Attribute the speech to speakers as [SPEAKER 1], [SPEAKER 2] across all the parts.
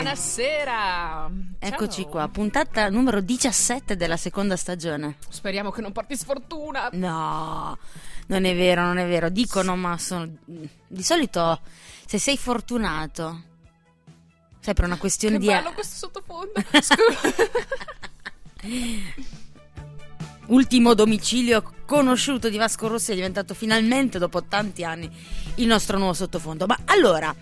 [SPEAKER 1] Buonasera.
[SPEAKER 2] Eccoci
[SPEAKER 1] Ciao.
[SPEAKER 2] qua, puntata numero 17 della seconda stagione.
[SPEAKER 1] Speriamo che non porti sfortuna.
[SPEAKER 2] No, non è vero. Dicono, ma di solito se sei fortunato, sai, per una questione
[SPEAKER 1] Che
[SPEAKER 2] di
[SPEAKER 1] bello questo sottofondo.
[SPEAKER 2] ultimo domicilio conosciuto di Vasco Rossi è diventato finalmente, dopo tanti anni, il nostro nuovo sottofondo. Ma allora,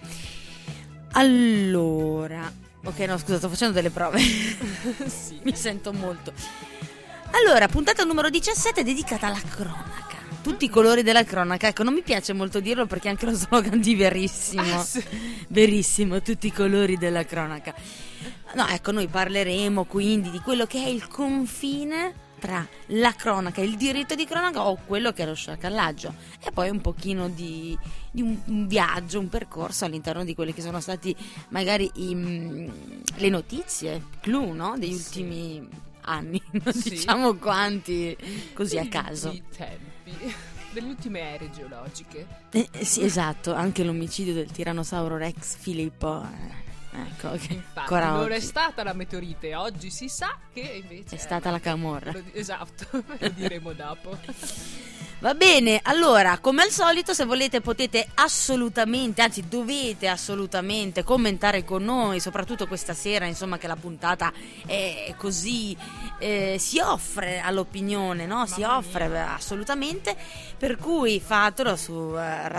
[SPEAKER 2] ok, no, scusa, sto facendo delle prove.
[SPEAKER 1] Sì.
[SPEAKER 2] Mi sento molto. Allora, puntata numero 17 dedicata alla cronaca. Tutti i colori della cronaca. Ecco, non mi piace molto dirlo perché anche lo slogan di Verissimo.
[SPEAKER 1] Sì.
[SPEAKER 2] Verissimo, tutti i colori della cronaca. No, ecco, noi parleremo quindi di quello che è il confine tra la cronaca, il diritto di cronaca o quello che è lo sciacallaggio, e poi un pochino di un viaggio, un percorso all'interno di quelli che sono stati magari le notizie clou, no? Degli ultimi anni, non
[SPEAKER 1] Sì.
[SPEAKER 2] diciamo quanti, così a caso.
[SPEAKER 1] I tempi delle ultime ere geologiche.
[SPEAKER 2] Sì, esatto, anche l'omicidio del tirannosauro Rex Filippo. Ecco, che
[SPEAKER 1] Infatti
[SPEAKER 2] ancora
[SPEAKER 1] non
[SPEAKER 2] oggi
[SPEAKER 1] è stata la meteorite, oggi si sa che invece
[SPEAKER 2] è stata la camorra.
[SPEAKER 1] Esatto, lo diremo dopo.
[SPEAKER 2] Va bene, allora, come al solito, se volete potete assolutamente, anzi dovete assolutamente commentare con noi, soprattutto questa sera, insomma, che la puntata è così, si offre all'opinione, no? Si
[SPEAKER 1] Mamma
[SPEAKER 2] offre assolutamente, per cui fatelo su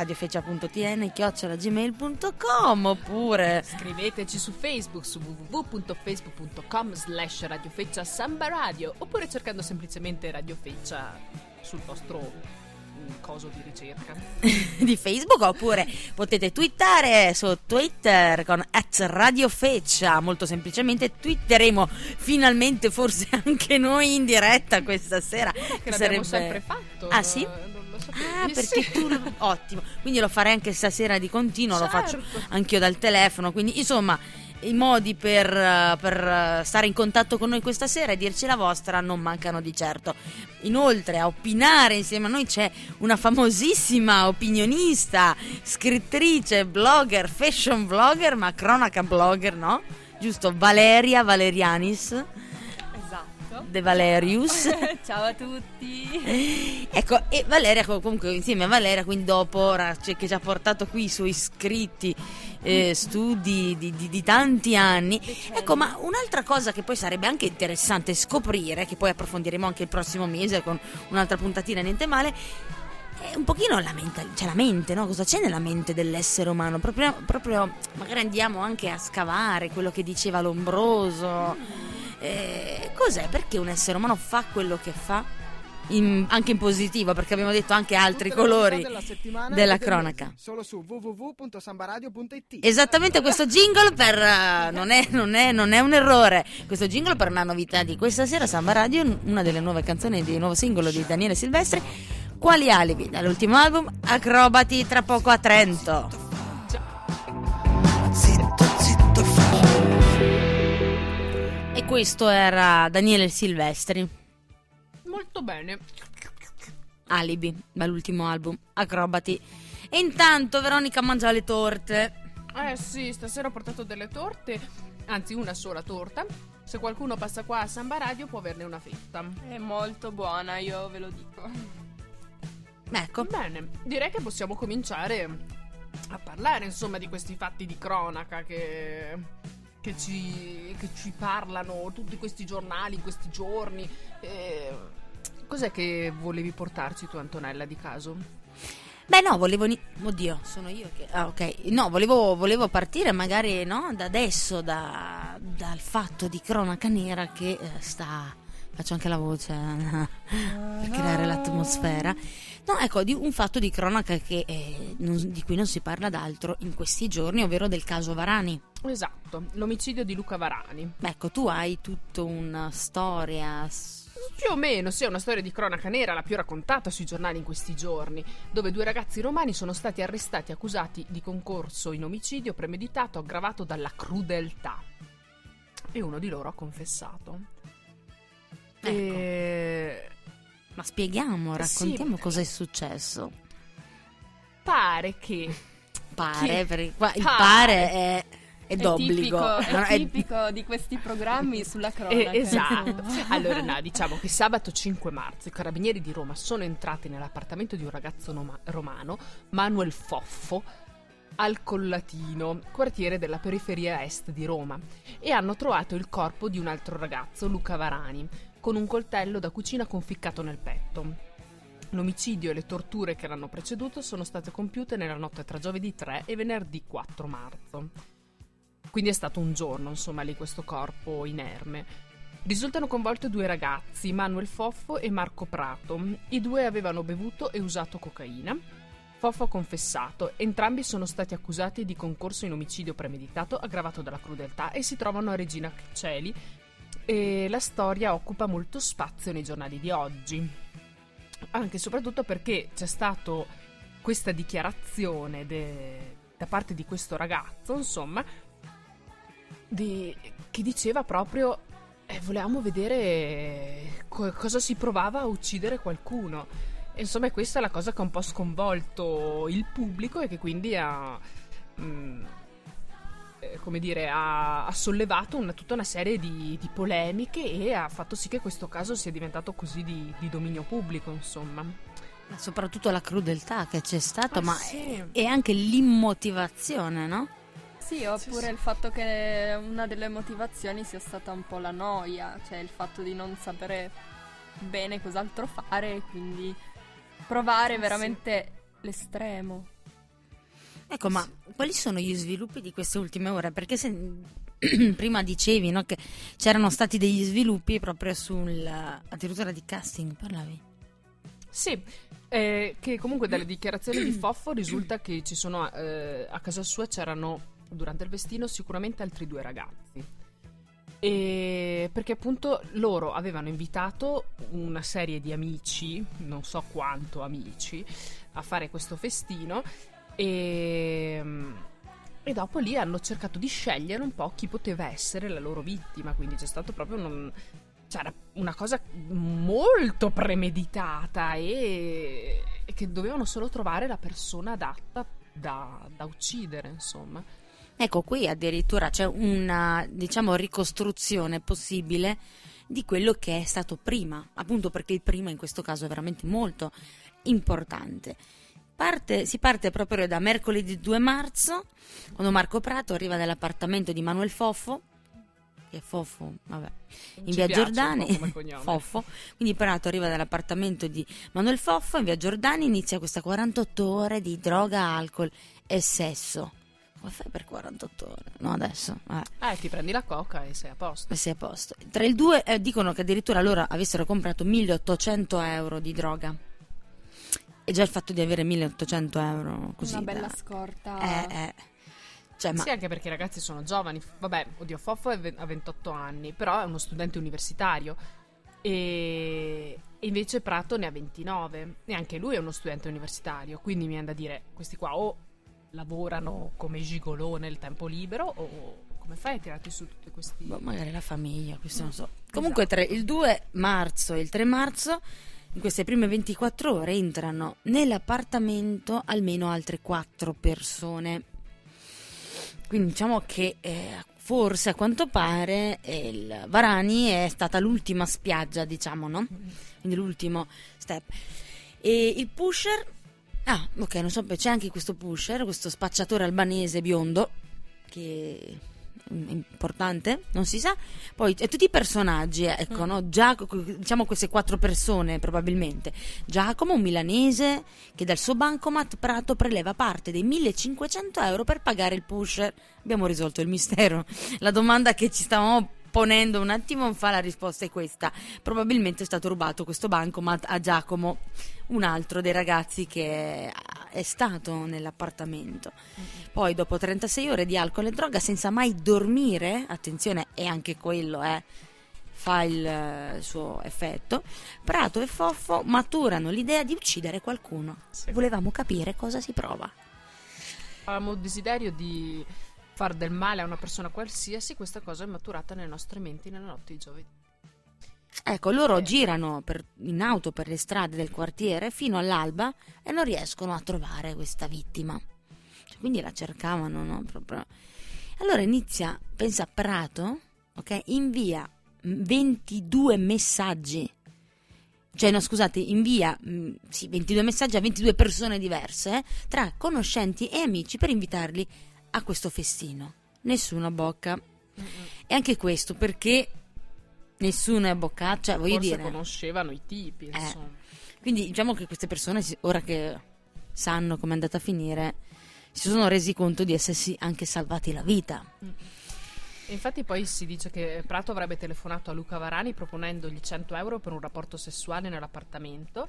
[SPEAKER 2] radiofeccia.tn@gmail.com oppure
[SPEAKER 1] Scriveteci su Facebook, su www.facebook.com/radiofeccia Samba Radio, oppure cercando semplicemente Radio Feccia sul vostro coso di ricerca.
[SPEAKER 2] di Facebook, oppure potete twittare su Twitter con @radiofeccia. Molto semplicemente twitteremo finalmente, forse anche noi in diretta questa sera,
[SPEAKER 1] Che l'abbiamo sempre fatto.
[SPEAKER 2] Ah, sì?
[SPEAKER 1] Non lo sapevi?
[SPEAKER 2] Ah, perché
[SPEAKER 1] Sì.
[SPEAKER 2] tu ottimo, quindi lo farei anche stasera di continuo, lo faccio
[SPEAKER 1] Certo.
[SPEAKER 2] anch'io dal telefono, quindi insomma i modi per stare in contatto con noi questa sera e dirci la vostra non mancano di certo. Inoltre a opinare insieme a noi c'è una famosissima opinionista, scrittrice, blogger, fashion blogger, ma cronaca blogger, no? Giusto, Valeria Valerianis
[SPEAKER 3] Esatto.
[SPEAKER 2] De Valerius.
[SPEAKER 3] Ciao a tutti.
[SPEAKER 2] Ecco, e Valeria, comunque insieme a Valeria, quindi dopo che ci ha portato qui i suoi scritti studi di tanti anni. Ecco, ma un'altra cosa che poi sarebbe anche interessante scoprire, che poi approfondiremo anche il prossimo mese con un'altra puntatina, niente male, è un pochino la mente, no? Cosa c'è nella mente dell'essere umano? Proprio magari andiamo anche a scavare quello che diceva Lombroso. Cos'è? Perché un essere umano fa quello che fa? Anche in positivo, perché abbiamo detto anche altri
[SPEAKER 4] Tutte le
[SPEAKER 2] colori
[SPEAKER 4] novità della settimana
[SPEAKER 2] della
[SPEAKER 4] e del
[SPEAKER 2] cronaca.
[SPEAKER 4] mese, solo su www.sambaradio.it.
[SPEAKER 2] Esattamente, questo jingle per non è un errore. Questo jingle per una novità di questa sera, Samba Radio, una delle nuove canzoni di nuovo singolo di Daniele Silvestri, Quali alibi, dall'ultimo album Acrobati, tra poco a Trento. E questo era Daniele Silvestri,
[SPEAKER 1] Molto bene.
[SPEAKER 2] Alibi, dall'ultimo album Acrobati. E intanto Veronica mangia le torte.
[SPEAKER 1] Sì, stasera ho portato delle torte, anzi una sola torta. Se qualcuno passa qua a Samba Radio può averne una fetta.
[SPEAKER 3] È molto buona, io ve lo dico.
[SPEAKER 2] Ecco,
[SPEAKER 1] Bene, direi che possiamo cominciare a parlare, insomma, di questi fatti di cronaca che ci parlano tutti questi giornali in questi giorni. Cos'è che volevi portarci tu, Antonella, di caso?
[SPEAKER 2] beh no, oddio, sono io che ok, no, volevo partire magari, no, da adesso, dal fatto di cronaca nera che faccio anche la voce per creare l'atmosfera. No, ecco, di un fatto di cronaca che di cui non si parla d'altro in questi giorni, ovvero del caso Varani.
[SPEAKER 1] Esatto, l'omicidio di Luca Varani.
[SPEAKER 2] Ecco, tu hai tutta una storia.
[SPEAKER 1] Più o meno, sì, è una storia di cronaca nera, la più raccontata sui giornali in questi giorni, dove 2 ragazzi romani sono stati arrestati accusati di concorso in omicidio premeditato aggravato dalla crudeltà. E uno di loro ha confessato.
[SPEAKER 2] Ecco. Ma spieghiamo, raccontiamo
[SPEAKER 1] Sì.
[SPEAKER 2] cosa è successo.
[SPEAKER 1] Pare che
[SPEAKER 2] Pare,
[SPEAKER 1] Chi?
[SPEAKER 2] perché qua il
[SPEAKER 1] Pare.
[SPEAKER 2] pare è d'obbligo.
[SPEAKER 3] È tipico di questi programmi sulla cronaca.
[SPEAKER 1] Esatto. Allora, no, diciamo che sabato 5 marzo i carabinieri di Roma sono entrati nell'appartamento di un ragazzo romano, Manuel Foffo, al Collatino, quartiere della periferia est di Roma, e hanno trovato il corpo di un altro ragazzo, Luca Varani, con un coltello da cucina conficcato nel petto. L'omicidio e le torture che l'hanno preceduto sono state compiute nella notte tra giovedì 3 e venerdì 4 marzo. Quindi è stato un giorno, insomma, lì questo corpo inerme. Risultano coinvolti 2 ragazzi, Manuel Foffo e Marco Prato. I 2 avevano bevuto e usato cocaina. Foffo ha confessato. Entrambi sono stati accusati di concorso in omicidio premeditato aggravato dalla crudeltà e si trovano a Regina Coeli. E la storia occupa molto spazio nei giornali di oggi. Anche e soprattutto perché c'è stato questa dichiarazione da parte di questo ragazzo, insomma, che diceva proprio volevamo vedere cosa si provava a uccidere qualcuno. E insomma, questa è la cosa che ha un po' sconvolto il pubblico e che quindi ha sollevato tutta una serie di polemiche e ha fatto sì che questo caso sia diventato così di dominio pubblico, insomma.
[SPEAKER 2] Ma soprattutto la crudeltà che c'è stata, ma
[SPEAKER 1] sì.
[SPEAKER 2] e anche l'immotivazione, no?
[SPEAKER 3] Sì, oppure
[SPEAKER 1] Sì.
[SPEAKER 3] il fatto che una delle motivazioni sia stata un po' la noia, cioè il fatto di non sapere bene cos'altro fare e quindi provare veramente l'estremo.
[SPEAKER 2] Ecco, ma quali sono gli sviluppi di queste ultime ore? Perché prima dicevi, no, che c'erano stati degli sviluppi proprio addirittura di casting, parlavi?
[SPEAKER 1] Sì, che comunque dalle dichiarazioni di Foffo risulta che ci sono a casa sua c'erano durante il festino sicuramente altri 2 ragazzi. E perché appunto loro avevano invitato una serie di amici, non so quanto amici, a fare questo festino e dopo lì hanno cercato di scegliere un po' chi poteva essere la loro vittima, quindi c'è stato proprio c'era una cosa molto premeditata e che dovevano solo trovare la persona adatta da uccidere, insomma.
[SPEAKER 2] Ecco, qui addirittura c'è una, diciamo, ricostruzione possibile di quello che è stato prima, appunto perché il prima in questo caso è veramente molto importante. Si parte proprio da mercoledì 2 marzo, quando Marco Prato arriva dall'appartamento di Manuel Foffo, che è Foffo, vabbè, in via Giordani, Foffo, quindi Prato arriva dall'appartamento di Manuel Foffo, in via Giordani inizia questa 48 ore di droga, alcol e sesso. Come fai per 48 ore? No, adesso.
[SPEAKER 1] Ti prendi la coca e sei a posto.
[SPEAKER 2] E sei a posto. Tra il 2 dicono che addirittura loro avessero comprato 1.800 euro di droga. E già il fatto di avere 1.800 euro così.
[SPEAKER 3] Una bella scorta.
[SPEAKER 2] Cioè,
[SPEAKER 1] Sì, anche perché i ragazzi sono giovani. Vabbè, oddio, Foffo ha 28 anni, però è uno studente universitario. E invece Prato ne ha 29. E anche lui è uno studente universitario. Quindi mi viene da dire, questi qua o lavorano come gigolò nel tempo libero o come fai a tirarti su tutti questi...
[SPEAKER 2] magari la famiglia, questo non so. Comunque tra il 2 marzo e il 3 marzo, in queste prime 24 ore, entrano nell'appartamento almeno altre 4 persone. Quindi diciamo che forse a quanto pare il Varani è stata l'ultima spiaggia, diciamo, no? Quindi l'ultimo step. E il pusher... ok, non so, c'è anche questo pusher, questo spacciatore albanese biondo, che è importante, non si sa. Poi tutti i personaggi, ecco, no? Diciamo queste 4 persone probabilmente. Giacomo, un milanese, che dal suo bancomat Prato preleva parte dei 1.500 euro per pagare il pusher. Abbiamo risolto il mistero. La domanda che ci stavamo ponendo un attimo fa, la risposta è questa: probabilmente è stato rubato questo bancomat a Giacomo, un altro dei ragazzi che è stato nell'appartamento. Poi dopo 36 ore di alcol e droga senza mai dormire, attenzione, e anche quello fa il suo effetto, Prato e Foffo maturano l'idea di uccidere qualcuno.
[SPEAKER 1] Sì.
[SPEAKER 2] Volevamo capire cosa si prova.
[SPEAKER 1] Avevamo il desiderio di far del male a una persona qualsiasi. Questa cosa è maturata nelle nostre menti nella notte di giovedì.
[SPEAKER 2] Ecco, loro girano in auto per le strade del quartiere fino all'alba e non riescono a trovare questa vittima. Quindi la cercavano, no? Proprio. Allora pensa Prato, ok? Invia 22 messaggi. Cioè, no, scusate, invia 22 messaggi a 22 persone diverse, tra conoscenti e amici, per invitarli a questo festino. Nessuna bocca. E anche questo perché nessuno è boccato, cioè voglio
[SPEAKER 1] Forse
[SPEAKER 2] dire,
[SPEAKER 1] conoscevano i tipi, insomma.
[SPEAKER 2] quindi diciamo che queste persone, ora che sanno com'è andata a finire, si sono resi conto di essersi anche salvati la vita.
[SPEAKER 1] E infatti poi si dice che Prato avrebbe telefonato a Luca Varani proponendogli 100 euro per un rapporto sessuale nell'appartamento,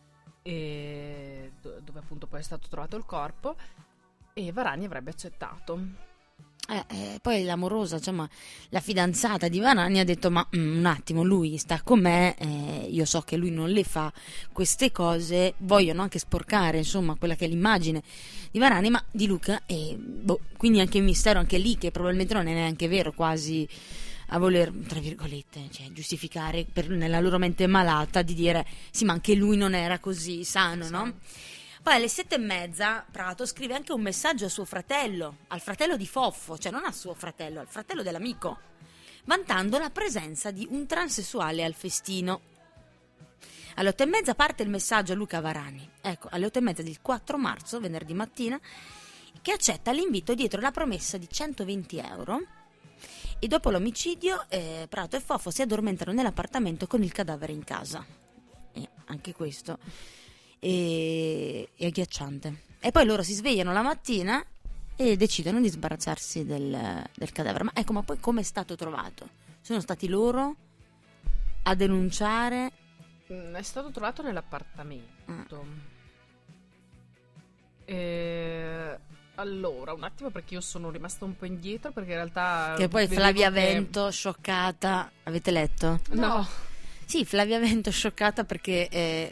[SPEAKER 1] dove appunto poi è stato trovato il corpo, e Varani avrebbe accettato.
[SPEAKER 2] Poi l'amorosa, insomma, la fidanzata di Varani ha detto: ma un attimo, lui sta con me, io so che lui non le fa queste cose, vogliono anche sporcare, insomma, quella che è l'immagine di Varani, ma di Luca, quindi anche il mistero, anche lì, che probabilmente non è neanche vero, quasi a voler, tra virgolette, cioè, giustificare nella loro mente malata di dire sì, ma anche lui non era così sano, no? Poi alle 7:30 Prato scrive anche un messaggio a suo fratello, al fratello di Foffo, cioè non al suo fratello, al fratello dell'amico, vantando la presenza di un transessuale al festino. Alle 8:30 parte il messaggio a Luca Varani, ecco, alle 8:30 del 4 marzo, venerdì mattina, che accetta l'invito dietro la promessa di 120 euro, e dopo l'omicidio Prato e Foffo si addormentano nell'appartamento con il cadavere in casa. E anche questo è agghiacciante. E poi loro si svegliano la mattina e decidono di sbarazzarsi del cadavere. Ma ecco, ma poi come è stato trovato? Sono stati loro a denunciare?
[SPEAKER 1] È stato trovato nell'appartamento. Allora, un attimo, perché io sono rimasta un po' indietro, perché in realtà
[SPEAKER 2] Che poi Flavia Vento scioccata, avete letto?
[SPEAKER 1] No.
[SPEAKER 2] Sì, Flavia Vento scioccata perché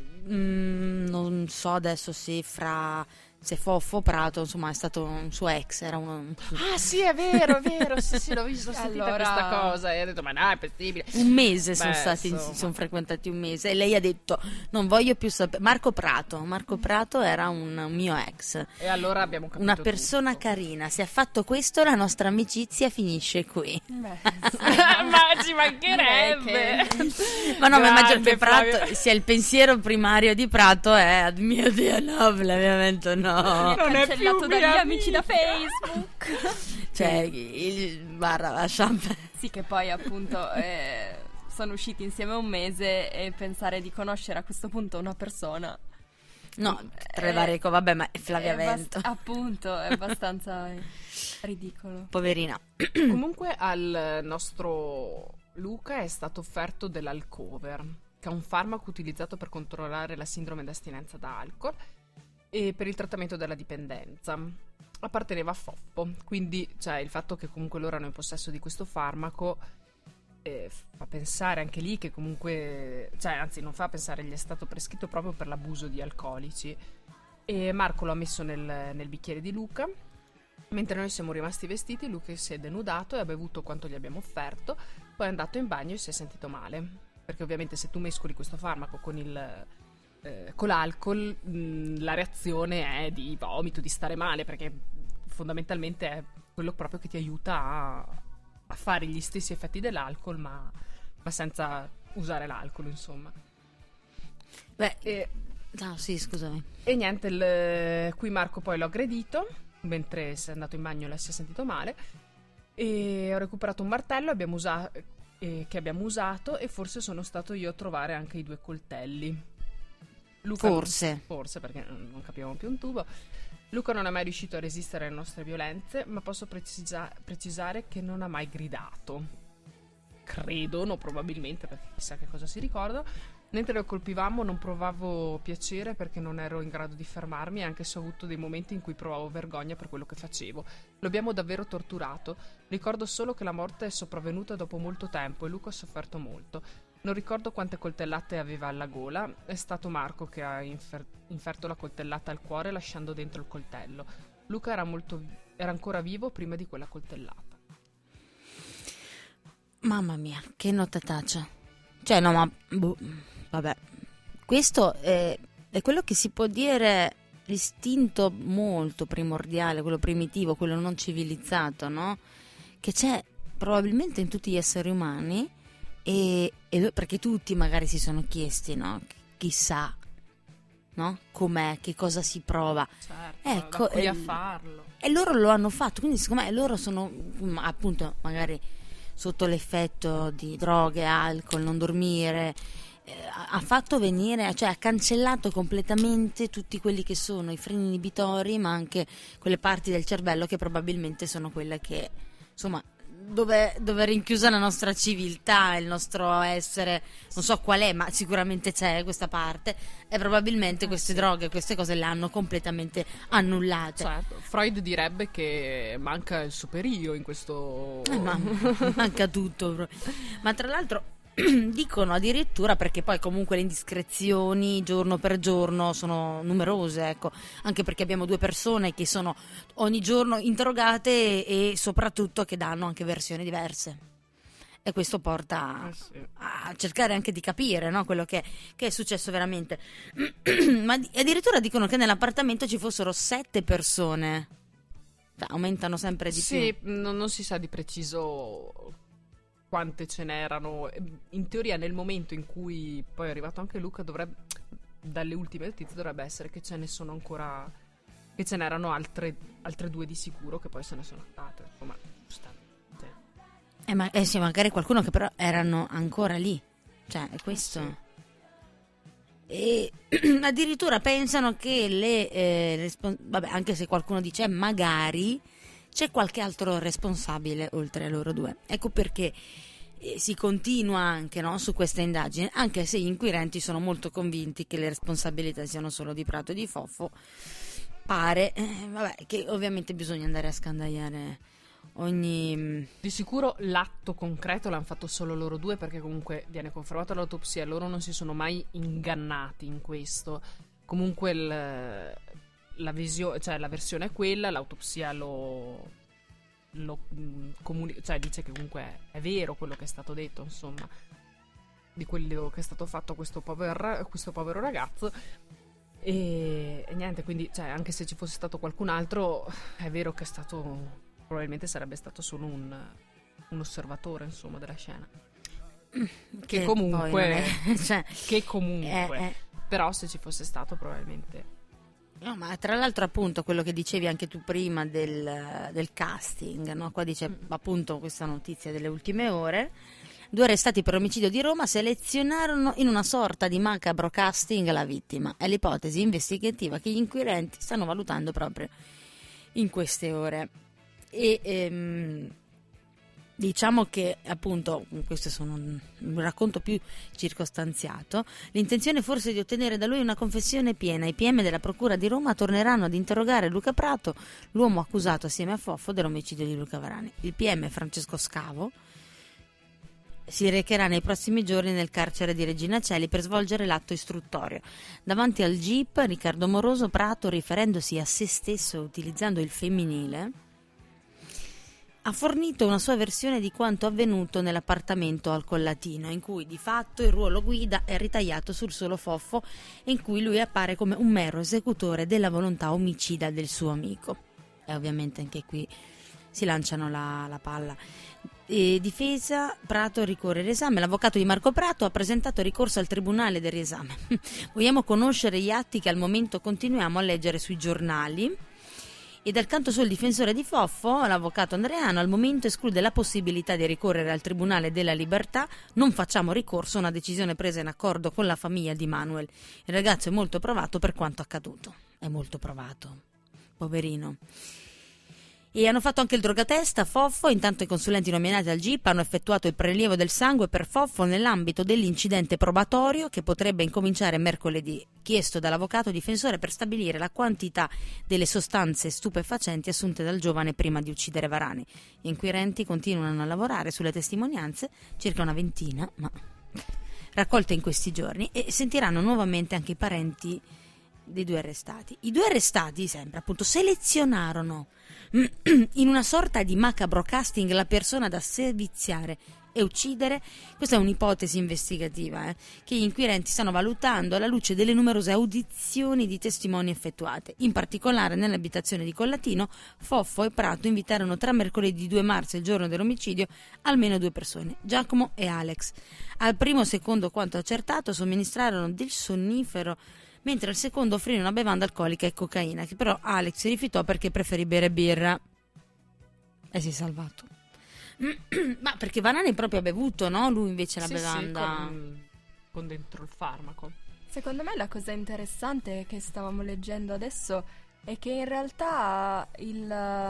[SPEAKER 2] non so adesso se Foffo Prato, insomma, è stato un suo ex, era uno.
[SPEAKER 1] Ah, sì, è vero, sì, l'ho sentita
[SPEAKER 3] Allora,
[SPEAKER 1] questa cosa, e ha detto: ma no, è possibile.
[SPEAKER 2] Un mese sono
[SPEAKER 1] Beh,
[SPEAKER 2] stati,
[SPEAKER 1] insomma.
[SPEAKER 2] si sono frequentati un mese, e lei ha detto: non voglio più sapere. Marco Prato era un mio ex,
[SPEAKER 1] E allora abbiamo capito
[SPEAKER 2] una persona
[SPEAKER 1] tutto.
[SPEAKER 2] carina. Se ha fatto questo, la nostra amicizia finisce qui.
[SPEAKER 3] beh,
[SPEAKER 1] Ma ci mancherebbe.
[SPEAKER 2] Ma no, ma immagino
[SPEAKER 1] Grande
[SPEAKER 2] che Prato
[SPEAKER 1] Flavia.
[SPEAKER 2] sia il pensiero primario di Prato è: mio Dio, no, ovviamente no.
[SPEAKER 1] Non è più
[SPEAKER 3] cancellato dagli
[SPEAKER 1] mia
[SPEAKER 3] amici da
[SPEAKER 1] amica.
[SPEAKER 3] Facebook.
[SPEAKER 2] Cioè, il barra lascia perdere.
[SPEAKER 3] Sì, che poi appunto sono usciti insieme un mese, e pensare di conoscere a questo punto una persona.
[SPEAKER 2] No, tra le varie cose, vabbè, ma è Flavia
[SPEAKER 3] è
[SPEAKER 2] Vento.
[SPEAKER 3] appunto, è abbastanza ridicolo.
[SPEAKER 2] Poverina.
[SPEAKER 1] Comunque al nostro Luca è stato offerto dell'Alcover, che è un farmaco utilizzato per controllare la sindrome d'astinenza da alcol e per il trattamento della dipendenza. Apparteneva a Foppo, quindi cioè, il fatto che comunque loro erano in possesso di questo farmaco fa pensare anche lì che comunque, cioè anzi non fa pensare, gli è stato prescritto proprio per l'abuso di alcolici, e Marco lo ha messo nel bicchiere di Luca. Mentre noi siamo rimasti vestiti, Luca si è denudato e ha bevuto quanto gli abbiamo offerto, poi è andato in bagno e si è sentito male, perché ovviamente se tu mescoli questo farmaco con l'alcol, la reazione è di vomito, di stare male, perché fondamentalmente è quello proprio che ti aiuta a fare gli stessi effetti dell'alcol, ma senza usare l'alcol, insomma.
[SPEAKER 2] Beh, no, sì, scusami.
[SPEAKER 1] E niente, qui Marco poi l'ho aggredito mentre si è andato in bagno e si è sentito male, e ho recuperato un martello che abbiamo usato, e forse sono stato io a trovare anche i 2 coltelli. Luca
[SPEAKER 2] Forse,
[SPEAKER 1] perché non capivamo più un tubo. Luca non è mai riuscito a resistere alle nostre violenze, ma posso precisare che non ha mai gridato. Credo, no, probabilmente, perché chissà che cosa si ricorda. Mentre lo colpivamo non provavo piacere, perché non ero in grado di fermarmi, anche se ho avuto dei momenti in cui provavo vergogna per quello che facevo. Lo abbiamo davvero torturato. Ricordo solo che la morte è sopravvenuta dopo molto tempo e Luca ha sofferto molto. Non ricordo quante coltellate aveva alla gola. È stato Marco che ha inferto la coltellata al cuore, lasciando dentro il coltello. Luca era ancora vivo prima di quella coltellata.
[SPEAKER 2] mamma mia, che notataccia. Cioè, no, ma vabbè. Questo è quello che si può dire l'istinto molto primordiale, quello primitivo, quello non civilizzato, no? Che c'è probabilmente in tutti gli esseri umani perché tutti magari si sono chiesti, no? Chissà, no? Com'è, che cosa si prova.
[SPEAKER 1] Certo,
[SPEAKER 2] Ecco,
[SPEAKER 1] da qui a farlo.
[SPEAKER 2] E loro lo hanno fatto, quindi secondo me loro sono appunto magari sotto l'effetto di droghe, alcol, non dormire, ha fatto venire, cioè ha cancellato completamente tutti quelli che sono i freni inibitori, ma anche quelle parti del cervello che probabilmente sono quelle che, insomma, dove è rinchiusa la nostra civiltà, il nostro essere, non so qual è, ma sicuramente c'è questa parte, e probabilmente queste droghe, queste cose le hanno completamente annullate.
[SPEAKER 1] Certo, Freud direbbe che manca il superio in questo...
[SPEAKER 2] Manca tutto. Ma tra l'altro dicono addirittura, perché poi comunque le indiscrezioni giorno per giorno sono numerose, ecco, anche perché abbiamo 2 persone che sono ogni giorno interrogate e soprattutto che danno anche versioni diverse, e questo porta a cercare anche di capire, no, quello che è successo veramente. Ma addirittura dicono che nell'appartamento ci fossero 7 persone, cioè, aumentano sempre di più.
[SPEAKER 1] Sì, non si sa di preciso quante ce n'erano. In teoria nel momento in cui poi è arrivato anche Luca, dalle ultime notizie dovrebbe essere che ce ne sono ancora, che ce n'erano altre 2 di sicuro che poi se ne sono state, insomma, giustamente.
[SPEAKER 2] Sì, magari qualcuno che però erano ancora lì, cioè è questo.
[SPEAKER 1] Sì.
[SPEAKER 2] E addirittura pensano che vabbè, anche se qualcuno dice magari c'è qualche altro responsabile oltre a loro 2. Ecco perché si continua anche, no, su questa indagine, anche se gli inquirenti sono molto convinti che le responsabilità siano solo di Prato e di Foffo. Pare vabbè, che ovviamente bisogna andare a scandagliare ogni...
[SPEAKER 1] Di sicuro l'atto concreto l'hanno fatto solo loro 2, perché comunque viene confermato l'autopsia, loro non si sono mai ingannati in questo. Comunque la versione è quella, l'autopsia cioè dice che comunque è vero quello che è stato detto, insomma, di quello che è stato fatto a questo povero ragazzo. E niente, quindi, cioè, anche se ci fosse stato qualcun altro, è vero che è stato, probabilmente sarebbe stato solo un osservatore, insomma, della scena, che comunque però se ci fosse stato probabilmente...
[SPEAKER 2] No, ma tra l'altro appunto quello che dicevi anche tu prima del casting, no? Qua dice appunto questa notizia delle ultime ore: 2 arrestati per omicidio di Roma selezionarono in una sorta di macabro casting la vittima. È l'ipotesi investigativa che gli inquirenti stanno valutando proprio in queste ore. E diciamo che appunto, questo è un racconto più circostanziato, l'intenzione forse di ottenere da lui una confessione piena. I PM della Procura di Roma torneranno ad interrogare Luca Prato, l'uomo accusato assieme a Foffo dell'omicidio di Luca Varani. Il PM Francesco Scavo si recherà nei prossimi giorni nel carcere di Regina Coeli per svolgere l'atto istruttorio. Davanti al GIP, Riccardo Moroso Prato, riferendosi a se stesso utilizzando il femminile, ha fornito una sua versione di quanto avvenuto nell'appartamento al Collatino, in cui di fatto il ruolo guida è ritagliato sul solo Foffo e in cui lui appare come un mero esecutore della volontà omicida del suo amico. E ovviamente anche qui si lanciano la palla. Difesa, Prato ricorre all'esame. L'avvocato di Marco Prato ha presentato ricorso al tribunale del riesame. Vogliamo conoscere gli atti che al momento continuiamo a leggere sui giornali. E dal canto suo il difensore di Foffo, l'avvocato Andreano, al momento esclude la possibilità di ricorrere al Tribunale della Libertà. Non facciamo ricorso a una decisione presa in accordo con la famiglia di Manuel. Il ragazzo è molto provato per quanto accaduto. È molto provato, poverino. E hanno fatto anche il drogatest a Foffo. Intanto i consulenti nominati al GIP hanno effettuato il prelievo del sangue per Foffo nell'ambito dell'incidente probatorio che potrebbe incominciare mercoledì, chiesto dall'avvocato difensore per stabilire la quantità delle sostanze stupefacenti assunte dal giovane prima di uccidere Varani. Gli inquirenti continuano a lavorare sulle testimonianze, circa una ventina, ma raccolte in questi giorni, e sentiranno nuovamente anche i parenti dei 2 arrestati. I 2 arrestati, sempre appunto, selezionarono in una sorta di macabro casting la persona da seviziare e uccidere. Questa è un'ipotesi investigativa che gli inquirenti stanno valutando alla luce delle numerose audizioni di testimoni effettuate. In particolare nell'abitazione di Collatino, Foffo e Prato invitarono tra mercoledì 2 marzo e il giorno dell'omicidio almeno 2 persone, Giacomo e Alex. Al primo, secondo quanto accertato, somministrarono del sonnifero, mentre al secondo offrirono una bevanda alcolica e cocaina, che però Alex rifiutò perché preferì bere birra e si è salvato. Ma perché Vanani proprio ha bevuto, no? Lui invece la bevanda
[SPEAKER 1] con dentro il farmaco.
[SPEAKER 3] Secondo me la cosa interessante che stavamo leggendo adesso è che in realtà il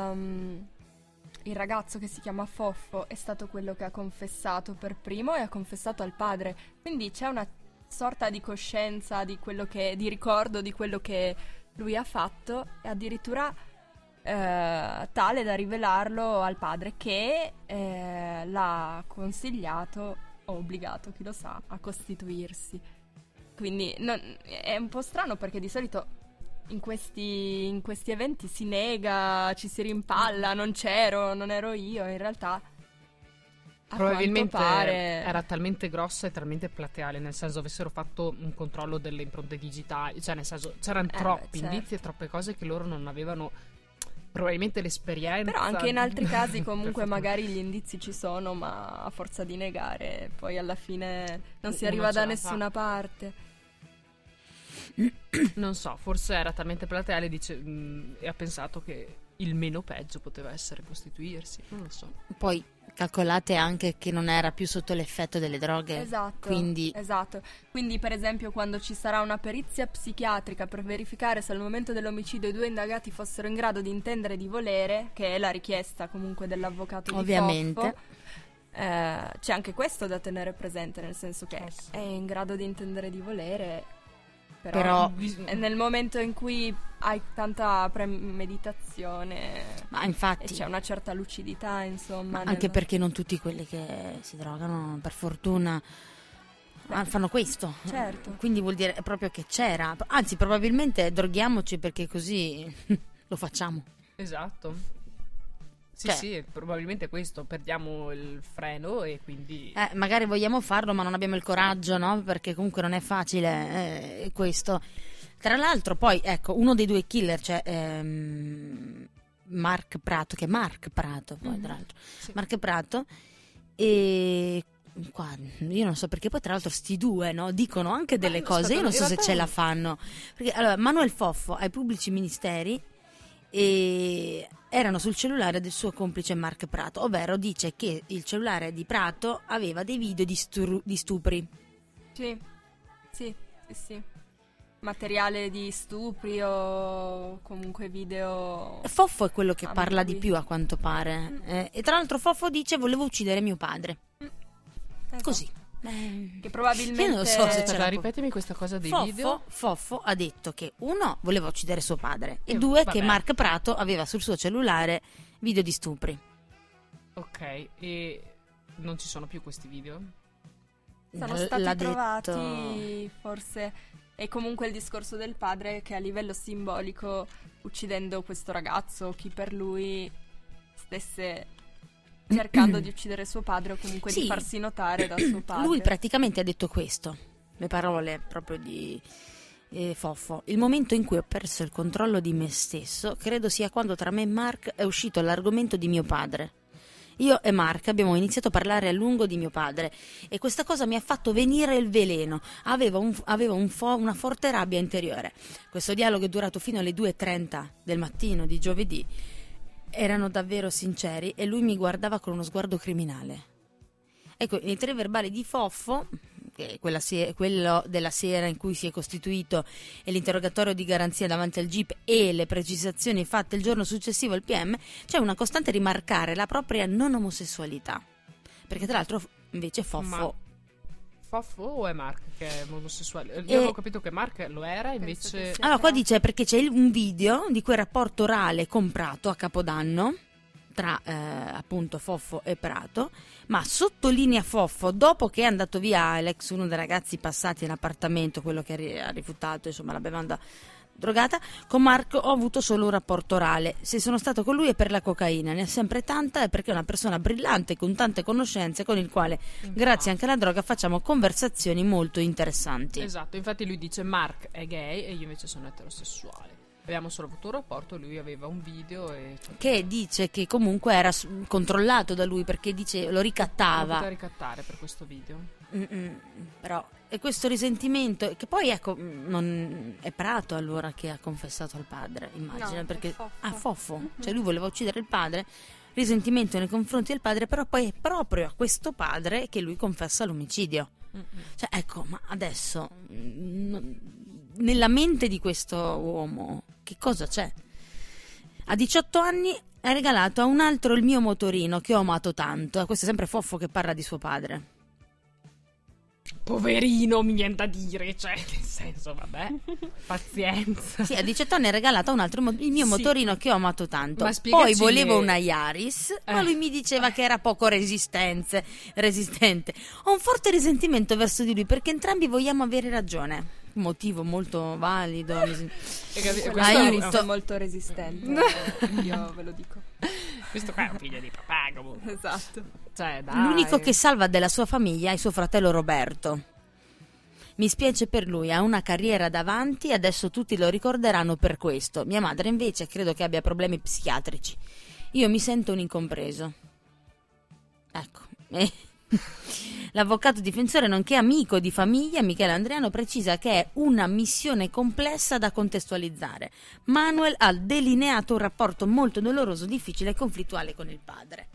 [SPEAKER 3] ragazzo che si chiama Foffo è stato quello che ha confessato per primo e ha confessato al padre, quindi c'è una sorta di coscienza di ricordo di quello che lui ha fatto, e addirittura tale da rivelarlo al padre, che l'ha consigliato o obbligato, chi lo sa, a costituirsi. Quindi è un po' strano, perché di solito in questi eventi si nega, ci si rimpalla, non ero io. In realtà
[SPEAKER 1] probabilmente
[SPEAKER 3] pare
[SPEAKER 1] era talmente grossa e talmente plateale, nel senso, avessero fatto un controllo delle impronte digitali, cioè nel senso c'erano troppi indizi e troppe cose che loro non avevano probabilmente l'esperienza.
[SPEAKER 3] Però anche in altri casi comunque magari gli indizi ci sono, ma a forza di negare poi alla fine non si arriva da nessuna parte.
[SPEAKER 1] Non so, forse era talmente plateale e ha pensato che il meno peggio poteva essere costituirsi, non lo so.
[SPEAKER 2] Poi calcolate anche che non era più sotto l'effetto delle droghe.
[SPEAKER 3] Esatto,
[SPEAKER 2] quindi
[SPEAKER 3] per esempio quando ci sarà una perizia psichiatrica per verificare se al momento dell'omicidio i 2 indagati fossero in grado di intendere e di volere, che è la richiesta comunque dell'avvocato
[SPEAKER 2] ovviamente
[SPEAKER 3] di Foffo, c'è anche questo da tenere presente, nel senso che è in grado di intendere e di volere, però nel momento in cui hai tanta premeditazione,
[SPEAKER 2] ma infatti,
[SPEAKER 3] e c'è una certa lucidità, insomma,
[SPEAKER 2] anche perché non tutti quelli che si drogano, per fortuna, fanno questo.
[SPEAKER 3] Certo.
[SPEAKER 2] Quindi vuol dire proprio che c'era, anzi probabilmente droghiamoci perché così lo facciamo.
[SPEAKER 1] Esatto. Sì, probabilmente questo, perdiamo il freno e quindi
[SPEAKER 2] magari vogliamo farlo ma non abbiamo il coraggio, no? Perché comunque non è facile questo. Tra l'altro poi, ecco, uno dei 2 killer, cioè Mark Prato, che è Mark Prato poi tra l'altro, Mark Prato, e qua io non so perché poi tra l'altro sti 2, no, dicono anche delle cose, io non so se ce la fanno, perché allora Manuel Foffo ai pubblici ministeri e erano sul cellulare del suo complice Mark Prato, ovvero dice che il cellulare di Prato aveva dei video di stupri.
[SPEAKER 3] Sì. Materiale di stupri o comunque video.
[SPEAKER 2] Foffo è quello che parla di più, a quanto pare. E tra l'altro Foffo dice: volevo uccidere mio padre. Così.
[SPEAKER 3] Che probabilmente
[SPEAKER 2] io non so se c'era.
[SPEAKER 1] Ripetimi questa cosa dei video.
[SPEAKER 2] Foffo ha detto che 1 voleva uccidere suo padre e 2 che Mark Prato aveva sul suo cellulare video di stupri.
[SPEAKER 1] Ok, e non ci sono più questi video?
[SPEAKER 3] Sono stati trovati forse. E comunque il discorso del padre, che a livello simbolico, uccidendo questo ragazzo, chi per lui stesse cercando di uccidere suo padre o comunque di farsi notare da suo padre.
[SPEAKER 2] Lui praticamente ha detto questo, le parole proprio di Foffo: il momento in cui ho perso il controllo di me stesso credo sia quando tra me e Mark è uscito l'argomento di mio padre. Io e Mark abbiamo iniziato a parlare a lungo di mio padre e questa cosa mi ha fatto venire il veleno. Aveva una forte rabbia interiore. Questo dialogo è durato fino alle 2:30 del mattino di giovedì. Erano davvero sinceri e lui mi guardava con uno sguardo criminale. Ecco, nei 3 verbali di Foffo, che è quello della sera in cui si è costituito e l'interrogatorio di garanzia davanti al GIP e le precisazioni fatte il giorno successivo al PM, c'è una costante rimarcare la propria non omosessualità. Perché tra l'altro invece Foffo
[SPEAKER 1] o è Mark che è omosessuale? Io avevo capito che Mark lo era, invece.
[SPEAKER 2] Allora qua dice, perché c'è un video di quel rapporto orale comprato a Capodanno tra appunto Foffo e Prato, ma sottolinea Foffo dopo che è andato via Alex, uno dei ragazzi passati in appartamento, quello che ha rifiutato insomma la bevanda drogata. Con Marco ho avuto solo un rapporto orale. Se sono stato con lui è per la cocaina, ne ha sempre tanta, e perché è una persona brillante con tante conoscenze, con il quale grazie anche alla droga facciamo conversazioni molto interessanti.
[SPEAKER 1] Esatto, infatti lui dice Mark è gay e io invece sono eterosessuale. Abbiamo solo avuto un rapporto, lui aveva un video e...
[SPEAKER 2] Che dice che comunque era controllato da lui, perché dice lo
[SPEAKER 1] Lo
[SPEAKER 2] ricattava.
[SPEAKER 1] poteva ricattare per questo video.
[SPEAKER 2] Però e questo risentimento che poi ecco non è Prato allora che ha confessato al padre, immagino,
[SPEAKER 3] No,
[SPEAKER 2] perché
[SPEAKER 3] è Foffo.
[SPEAKER 2] Foffo, cioè lui voleva uccidere il padre, risentimento nei confronti del padre, però poi è proprio a questo padre che lui confessa l'omicidio. Cioè ecco, ma adesso nella mente di questo uomo che cosa c'è? A 18 anni ha regalato a un altro il mio motorino che ho amato tanto. Questo è sempre Foffo che parla di suo padre.
[SPEAKER 1] Poverino, mi viene da dire, cioè, nel senso, vabbè, pazienza.
[SPEAKER 2] Sì, a 18 anni ha regalato a un altro il mio
[SPEAKER 1] Sì.
[SPEAKER 2] motorino che ho amato tanto.
[SPEAKER 1] Ma
[SPEAKER 2] Poi
[SPEAKER 1] spiegaci
[SPEAKER 2] volevo
[SPEAKER 1] le-
[SPEAKER 2] una Yaris, ma lui mi diceva che era poco resistente. Ho un forte risentimento verso di lui perché entrambi vogliamo avere ragione. Motivo molto valido.
[SPEAKER 3] Questo
[SPEAKER 2] Aiuto.
[SPEAKER 3] è molto resistente, io ve lo dico.
[SPEAKER 1] Questo qua è un figlio di papà, comunque.
[SPEAKER 3] Esatto.
[SPEAKER 1] Cioè, dai.
[SPEAKER 2] L'unico che salva della sua famiglia è suo fratello Roberto. Mi spiace per lui, ha una carriera davanti e adesso tutti lo ricorderanno per questo. Mia madre invece credo che abbia problemi psichiatrici. Io mi sento un incompreso. Ecco. L'avvocato difensore nonché amico di famiglia Michele Andriano precisa che è una missione complessa da contestualizzare. Manuel ha delineato un rapporto molto doloroso, difficile e conflittuale con il padre.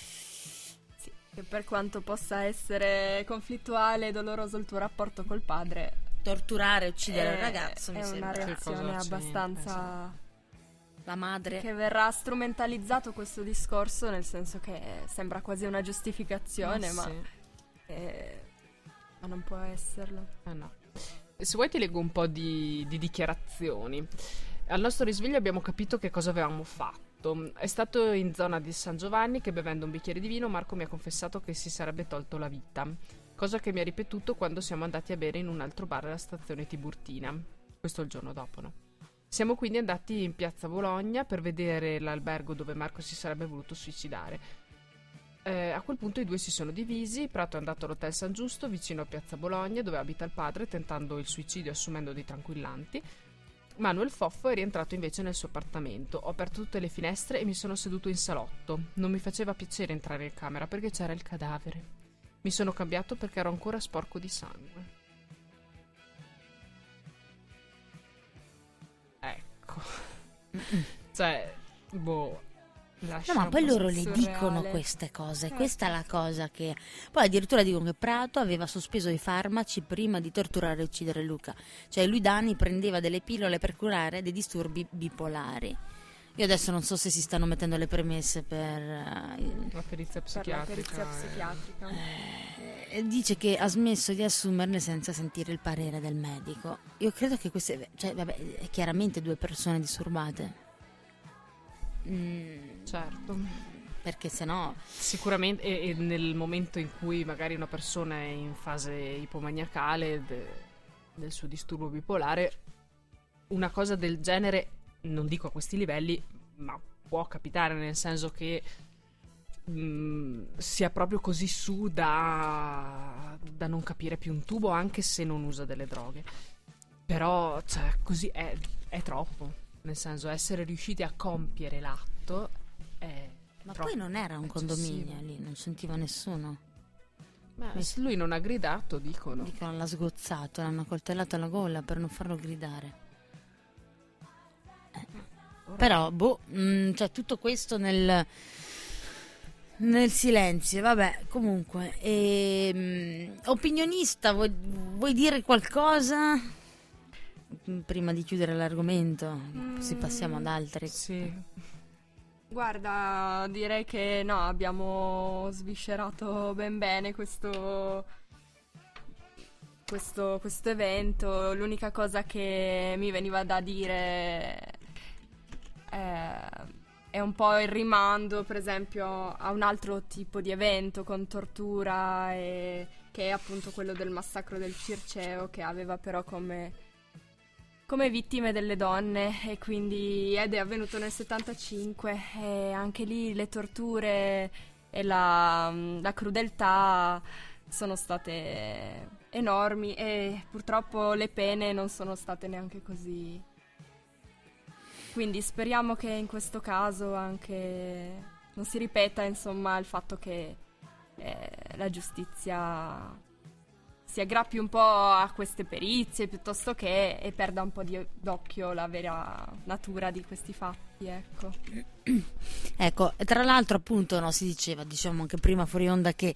[SPEAKER 3] Sì, che per quanto possa essere conflittuale e doloroso il tuo rapporto col padre,
[SPEAKER 2] Torturare, uccidere il ragazzo
[SPEAKER 3] è
[SPEAKER 2] mi
[SPEAKER 3] una
[SPEAKER 2] sembra.
[SPEAKER 3] reazione
[SPEAKER 1] Che cosa
[SPEAKER 3] abbastanza...
[SPEAKER 2] La madre.
[SPEAKER 3] Che verrà strumentalizzato questo discorso, nel senso che sembra quasi una giustificazione, ma non può esserlo.
[SPEAKER 1] No. Se vuoi ti leggo un po' di dichiarazioni. Al nostro risveglio abbiamo capito che cosa avevamo fatto. È stato in zona di San Giovanni che, bevendo un bicchiere di vino, Marco mi ha confessato che si sarebbe tolto la vita, cosa che mi ha ripetuto quando siamo andati a bere in un altro bar alla stazione Tiburtina. Questo il giorno dopo, no? Siamo quindi andati in piazza Bologna per vedere l'albergo dove Marco si sarebbe voluto suicidare. A quel punto i due si sono divisi. Prato è andato all'hotel San Giusto vicino a piazza Bologna dove abita il padre, tentando il suicidio assumendo dei tranquillanti. Manuel Foffo è rientrato invece nel suo appartamento. Ho aperto tutte le finestre e mi sono seduto in salotto. Non mi faceva piacere entrare in camera perché c'era il cadavere. Mi sono cambiato perché ero ancora sporco di sangue. Ecco. Cioè, boh.
[SPEAKER 2] No, ma poi loro le
[SPEAKER 3] surreale.
[SPEAKER 2] dicono queste cose. Questa è la cosa che... Poi addirittura dicono che Prato aveva sospeso i farmaci prima di torturare e uccidere Luca. Cioè lui da anni prendeva delle pillole per curare dei disturbi bipolari. Io adesso non so se si stanno mettendo le premesse per...
[SPEAKER 1] La perizia
[SPEAKER 3] Per la
[SPEAKER 1] psichiatrica.
[SPEAKER 3] perizia psichiatrica.
[SPEAKER 2] dice che ha smesso di assumerne senza sentire il parere del medico. Io credo che queste... Cioè, vabbè, è chiaramente due persone disturbate.
[SPEAKER 1] Certo.
[SPEAKER 2] Perché sennò...
[SPEAKER 1] Sicuramente, e nel momento in cui magari una persona è in fase ipomaniacale del suo disturbo bipolare, una cosa del genere, non dico a questi livelli, ma può capitare, nel senso che sia proprio così su da non capire più un tubo, anche se non usa delle droghe. Però, cioè, così è troppo. Nel senso, essere riusciti a compiere l'atto è...
[SPEAKER 2] Ma
[SPEAKER 1] troppo,
[SPEAKER 2] poi non era un
[SPEAKER 1] eccessivo.
[SPEAKER 2] condominio lì, non sentiva nessuno.
[SPEAKER 1] Beh, se lui non ha gridato, dicono.
[SPEAKER 2] Dicono l'ha sgozzato, l'hanno coltellato alla gola per non farlo gridare. Però, cioè tutto questo nel silenzio, vabbè, comunque. Opinionista, vuoi dire qualcosa? Prima di chiudere l'argomento, così passiamo ad altri.
[SPEAKER 1] Sì.
[SPEAKER 3] Guarda, direi che no, abbiamo sviscerato ben bene questo evento. L'unica cosa che mi veniva da dire è un po' il rimando, per esempio, a un altro tipo di evento con tortura, che è appunto quello del massacro del Circeo, che aveva però come come vittime delle donne, e quindi ed è avvenuto nel 75 e anche lì le torture e la crudeltà sono state enormi e purtroppo le pene non sono state neanche così. Quindi speriamo che in questo caso anche non si ripeta, insomma, il fatto che la giustizia si aggrappi un po' a queste perizie piuttosto che e perda un po' d'occhio la vera natura di questi fatti, ecco.
[SPEAKER 2] Ecco, tra l'altro appunto si diceva, diciamo anche prima fuori onda, che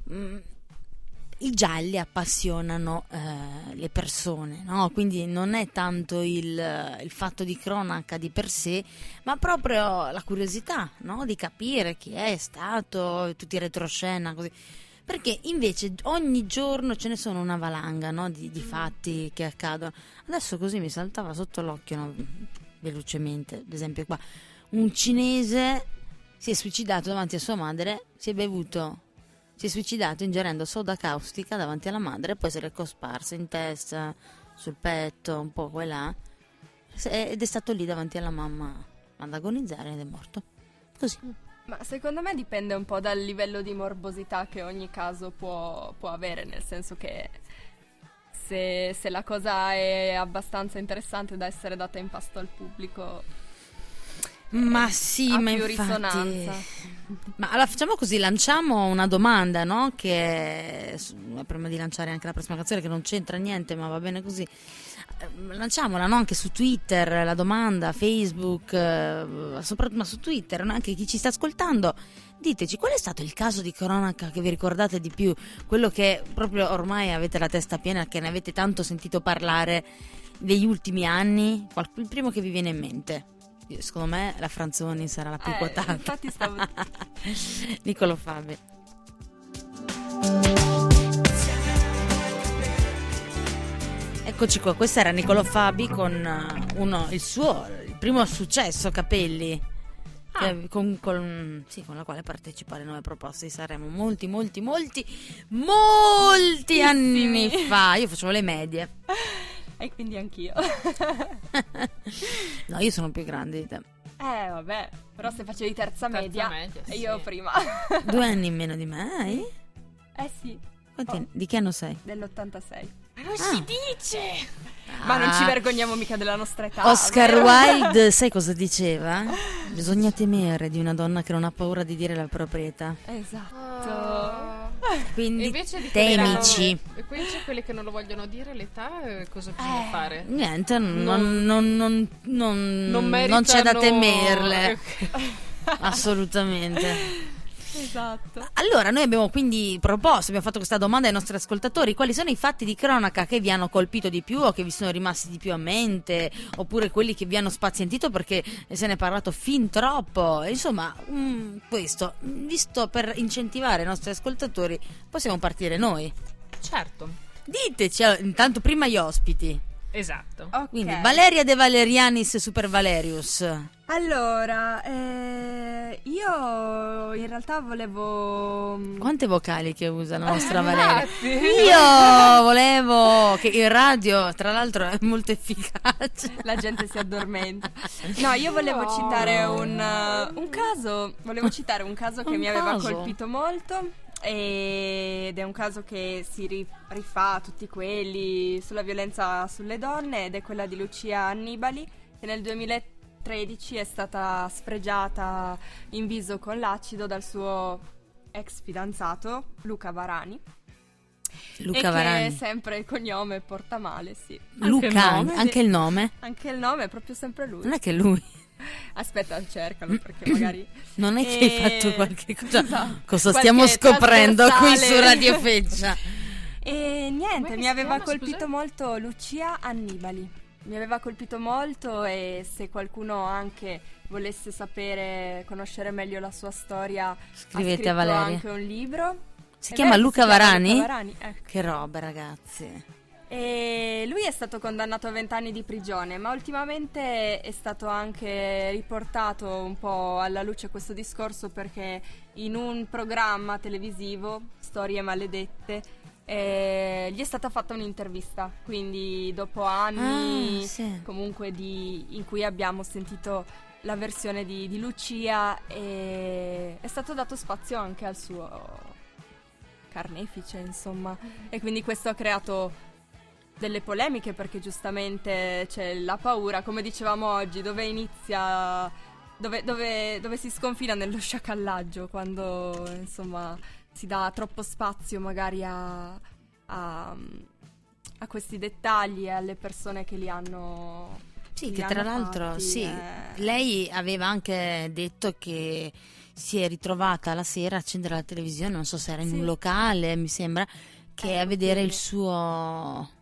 [SPEAKER 2] i gialli appassionano le persone, no? Quindi non è tanto il fatto di cronaca di per sé, ma proprio la curiosità, no? Di capire chi è stato, tutti i retroscena, così. Perché invece ogni giorno ce ne sono una valanga, no? di fatti che accadono. Adesso così mi saltava sotto l'occhio, no? Velocemente, ad esempio qua, un cinese si è suicidato davanti a sua madre, si è suicidato ingerendo soda caustica davanti alla madre, poi se l'è cosparsa in testa, sul petto, un po' qua e là, ed è stato lì davanti alla mamma ad agonizzare ed è morto. Così.
[SPEAKER 3] Ma secondo me dipende un po' dal livello di morbosità che ogni caso può avere, nel senso che se la cosa è abbastanza interessante da essere data in pasto al pubblico,
[SPEAKER 2] ma sì,
[SPEAKER 3] ha
[SPEAKER 2] ma
[SPEAKER 3] più
[SPEAKER 2] infatti
[SPEAKER 3] risonanza.
[SPEAKER 2] Ma allora facciamo così, lanciamo una domanda, no? Che prima di lanciare anche la prossima canzone, che non c'entra niente, ma va bene così. Lanciamola, no? Anche su Twitter, la domanda, Facebook, soprattutto, ma su Twitter, no? Anche chi ci sta ascoltando, diteci qual è stato il caso di cronaca che vi ricordate di più, quello che proprio ormai avete la testa piena, che ne avete tanto sentito parlare degli ultimi anni, il primo che vi viene in mente. Secondo me la Franzoni sarà la più quotata.
[SPEAKER 3] Infatti stavo
[SPEAKER 2] Niccolò Fabi. Eccoci qua, questa era Niccolò Fabi con il primo successo, Capelli, con la quale partecipa alle nuove proposte di Sanremo molti anni fa. Io facevo le medie.
[SPEAKER 3] E quindi anch'io.
[SPEAKER 2] No, io sono più grande di te.
[SPEAKER 3] Vabbè, però se facevi terza media e io
[SPEAKER 1] sì.
[SPEAKER 3] prima.
[SPEAKER 2] 2 anni in meno di me, hai?
[SPEAKER 3] Sì.
[SPEAKER 2] Di che anno sei?
[SPEAKER 3] Dell'86.
[SPEAKER 1] Non si dice!
[SPEAKER 3] Ma non ci vergogniamo mica della nostra età.
[SPEAKER 2] Oscar
[SPEAKER 3] vero?
[SPEAKER 2] Wilde, sai cosa diceva? Bisogna temere di una donna che non ha paura di dire la propria età.
[SPEAKER 3] Esatto.
[SPEAKER 2] Quindi
[SPEAKER 1] Invece di quelli
[SPEAKER 2] temici.
[SPEAKER 1] E quindi c'è quelli che non lo vogliono dire l'età, cosa bisogna fare?
[SPEAKER 2] Niente, non
[SPEAKER 1] meritano...
[SPEAKER 2] c'è da temerle. Assolutamente.
[SPEAKER 3] Esatto.
[SPEAKER 2] Allora, noi abbiamo quindi abbiamo fatto questa domanda ai nostri ascoltatori: quali sono i fatti di cronaca che vi hanno colpito di più o che vi sono rimasti di più a mente, oppure quelli che vi hanno spazientito perché se ne è parlato fin troppo? Insomma, questo, visto per incentivare i nostri ascoltatori, possiamo partire noi.
[SPEAKER 1] Certo.
[SPEAKER 2] Diteci, intanto prima gli ospiti.
[SPEAKER 1] Esatto.
[SPEAKER 3] Ok.
[SPEAKER 2] Quindi Valeria De Valerianis Super Valerius.
[SPEAKER 3] Allora, io in realtà volevo...
[SPEAKER 2] Quante vocali che usa la nostra Valeria?
[SPEAKER 1] Infatti.
[SPEAKER 2] Io volevo che in radio, tra l'altro, è molto efficace.
[SPEAKER 3] La gente si addormenta. No, io volevo citare un caso. Volevo citare un caso che
[SPEAKER 2] Un
[SPEAKER 3] mi aveva
[SPEAKER 2] caso?
[SPEAKER 3] colpito molto. Ed è un caso che si rifà a tutti quelli sulla violenza sulle donne, ed è quella di Lucia Annibali, che nel 2013 è stata sfregiata in viso con l'acido dal suo ex fidanzato Luca Varani.
[SPEAKER 2] Luca Varani.
[SPEAKER 3] Che sempre il cognome porta male, sì.
[SPEAKER 2] Luca,
[SPEAKER 1] nome?
[SPEAKER 2] anche il nome?
[SPEAKER 3] Anche il nome è proprio sempre lui.
[SPEAKER 2] Non è che lui.
[SPEAKER 3] Aspetta, cercalo perché magari...
[SPEAKER 2] Non è che hai fatto qualche cosa.
[SPEAKER 3] Esatto.
[SPEAKER 2] Cosa
[SPEAKER 3] Qualche
[SPEAKER 2] stiamo scoprendo qui
[SPEAKER 3] trasversale.
[SPEAKER 2] su Radio Feccia?
[SPEAKER 3] E niente,
[SPEAKER 1] Come
[SPEAKER 3] mi
[SPEAKER 1] si
[SPEAKER 3] aveva
[SPEAKER 1] chiama,
[SPEAKER 3] colpito
[SPEAKER 1] scusa?
[SPEAKER 3] molto Lucia Annibali. Mi aveva colpito molto, e se qualcuno anche volesse sapere, conoscere meglio la sua storia,
[SPEAKER 2] Scrivete
[SPEAKER 3] ha scritto
[SPEAKER 2] a Valeria.
[SPEAKER 3] anche un libro.
[SPEAKER 2] Si
[SPEAKER 3] È
[SPEAKER 2] chiama
[SPEAKER 3] vero,
[SPEAKER 2] Luca
[SPEAKER 3] si chiama
[SPEAKER 2] Varani?
[SPEAKER 3] Luca Varani, ecco.
[SPEAKER 2] Che roba, ragazzi.
[SPEAKER 3] E lui è stato condannato a 20 anni di prigione, ma ultimamente è stato anche riportato un po' alla luce questo discorso, perché in un programma televisivo, Storie Maledette, gli è stata fatta un'intervista, quindi dopo anni
[SPEAKER 2] sì.
[SPEAKER 3] comunque in cui abbiamo sentito la versione di Lucia, e è stato dato spazio anche al suo carnefice, insomma, e quindi questo ha creato delle polemiche, perché giustamente c'è la paura, come dicevamo oggi, dove inizia, dove si sconfina nello sciacallaggio, quando insomma si dà troppo spazio magari a questi dettagli e alle persone che li hanno.
[SPEAKER 2] Sì, che tra l'altro lei aveva anche detto che si è ritrovata la sera a accendere la televisione, non so se era in un locale, mi sembra, che a vedere il suo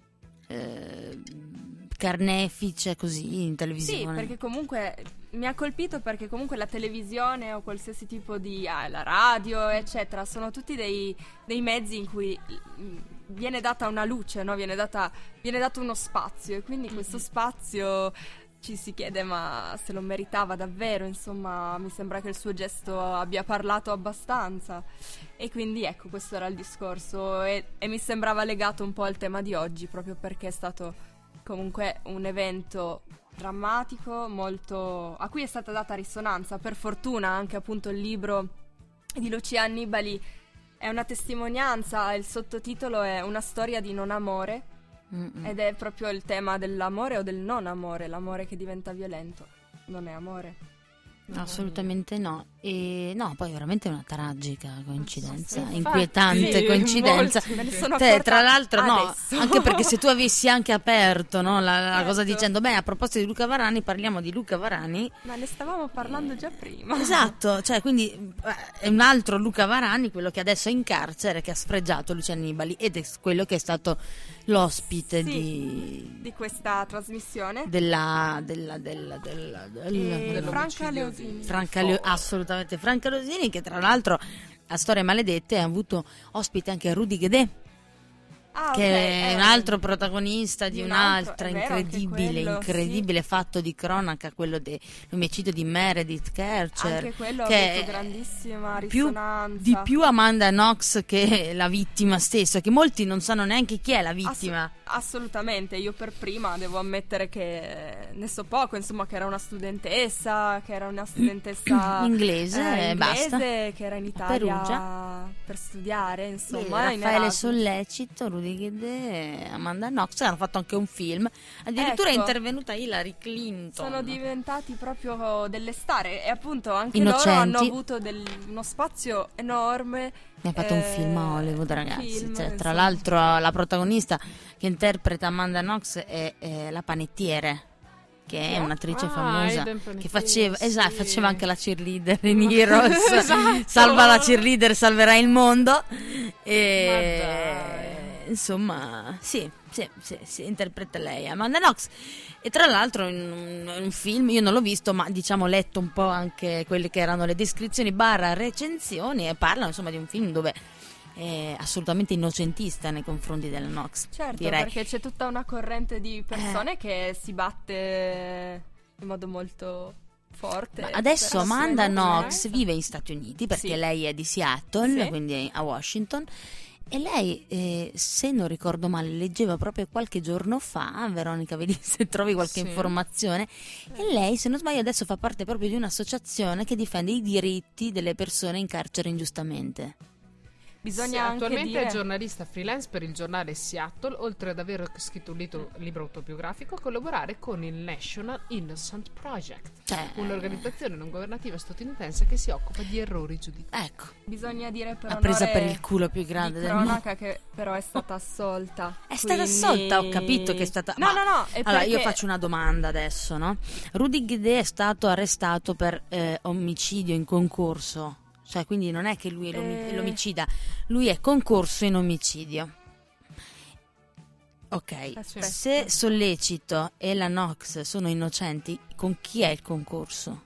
[SPEAKER 2] carnefice così in televisione.
[SPEAKER 3] Sì, perché comunque mi ha colpito, perché comunque la televisione o qualsiasi tipo di la radio eccetera sono tutti dei mezzi in cui viene data una luce, no? Viene dato uno spazio, e quindi questo spazio ci si chiede ma se lo meritava davvero, insomma mi sembra che il suo gesto abbia parlato abbastanza, e quindi ecco, questo era il discorso, e mi sembrava legato un po' al tema di oggi, proprio perché è stato comunque un evento drammatico, molto, a cui è stata data risonanza. Per fortuna anche appunto il libro di Lucia Annibali è una testimonianza, il sottotitolo è Una storia di non amore, ed è proprio il tema dell'amore o del non amore, l'amore che diventa violento, non è amore.
[SPEAKER 2] Assolutamente no. E no, poi veramente è una tragica coincidenza,
[SPEAKER 1] Infatti,
[SPEAKER 2] inquietante coincidenza.
[SPEAKER 3] Me ne sono accorta
[SPEAKER 2] Tra l'altro
[SPEAKER 3] adesso.
[SPEAKER 2] anche perché se tu avessi anche aperto, no, la
[SPEAKER 3] Certo.
[SPEAKER 2] cosa dicendo beh, a proposito di Luca Varani, parliamo di Luca Varani.
[SPEAKER 3] Ma ne stavamo parlando già prima.
[SPEAKER 2] Esatto, cioè quindi è un altro Luca Varani, quello che adesso è in carcere, che ha sfregiato Lucia Annibali, ed è quello che è stato l'ospite
[SPEAKER 3] di questa trasmissione, Franca Leosini.
[SPEAKER 2] assolutamente Franca Leosini, che tra l'altro a Storie Maledette ha avuto ospite anche Rudy Guedè, che è un altro protagonista di un'altra
[SPEAKER 3] è vero,
[SPEAKER 2] incredibile fatto di cronaca, quello dell'omicidio di Meredith Kercher,
[SPEAKER 3] anche quello
[SPEAKER 2] che
[SPEAKER 3] ha avuto grandissima
[SPEAKER 2] più,
[SPEAKER 3] risonanza,
[SPEAKER 2] di più Amanda Knox che la vittima stessa, che molti non sanno neanche chi è la vittima.
[SPEAKER 3] Assolutamente, io per prima devo ammettere che ne so poco, insomma, che era una studentessa
[SPEAKER 2] inglese, basta,
[SPEAKER 3] che era in Italia
[SPEAKER 2] Perugia
[SPEAKER 3] per studiare, insomma,
[SPEAKER 2] Raffaele Sollecito, Rudy Guedè, Amanda Knox, hanno fatto anche un film, addirittura è intervenuta Hillary Clinton.
[SPEAKER 3] Sono diventati proprio delle star, e appunto anche
[SPEAKER 2] innocenti.
[SPEAKER 3] loro hanno avuto uno spazio enorme.
[SPEAKER 2] Mi ha fatto un film a Hollywood, ragazzi. Tra
[SPEAKER 3] insomma.
[SPEAKER 2] l'altro la protagonista che interpreta Amanda Knox è la Panettiere, che è un'attrice famosa che faceva anche la cheerleader in Heroes.
[SPEAKER 1] Esatto.
[SPEAKER 2] Salva la cheerleader, salverà il mondo. Insomma, sì, interpreta lei, Amanda Knox. E tra l'altro in un film, io non l'ho visto, ma diciamo ho letto un po' anche quelle che erano le descrizioni / recensioni, e parlano insomma di un film dove è assolutamente innocentista nei confronti della Knox.
[SPEAKER 3] Certo,
[SPEAKER 2] direi.
[SPEAKER 3] perché c'è tutta una corrente di persone che si batte in modo molto forte.
[SPEAKER 2] Ma adesso Amanda Knox
[SPEAKER 3] vive
[SPEAKER 2] vive in Stati Uniti, perché lei è di Seattle, quindi a Washington. E lei, se non ricordo male, leggeva proprio qualche giorno fa, Veronica, vedi se trovi qualche informazione, e lei, se non sbaglio, adesso fa parte proprio di un'associazione che difende i diritti delle persone in carcere ingiustamente.
[SPEAKER 3] Bisogna anche
[SPEAKER 1] attualmente
[SPEAKER 3] dire...
[SPEAKER 1] è giornalista freelance per il giornale Seattle, oltre ad aver scritto un libro autobiografico, collaborare con il National Innocent Project, un'organizzazione non governativa statunitense che si occupa di errori giudiziari.
[SPEAKER 2] Ecco,
[SPEAKER 3] Bisogna dire per
[SPEAKER 2] ha presa
[SPEAKER 3] onore
[SPEAKER 2] per il culo più grande
[SPEAKER 3] di
[SPEAKER 2] del mondo.
[SPEAKER 3] cronaca che però è stata assolta.
[SPEAKER 2] È stata assolta, ho capito che è stata...
[SPEAKER 3] No.
[SPEAKER 2] Allora, io faccio una domanda adesso, no? Rudy Guedè è stato arrestato per omicidio in concorso. Cioè, quindi non è che lui è l'omicida, lui è concorso in omicidio. Ok,
[SPEAKER 3] Aspetta.
[SPEAKER 2] se Sollecito e la Knox sono innocenti, con chi è il concorso?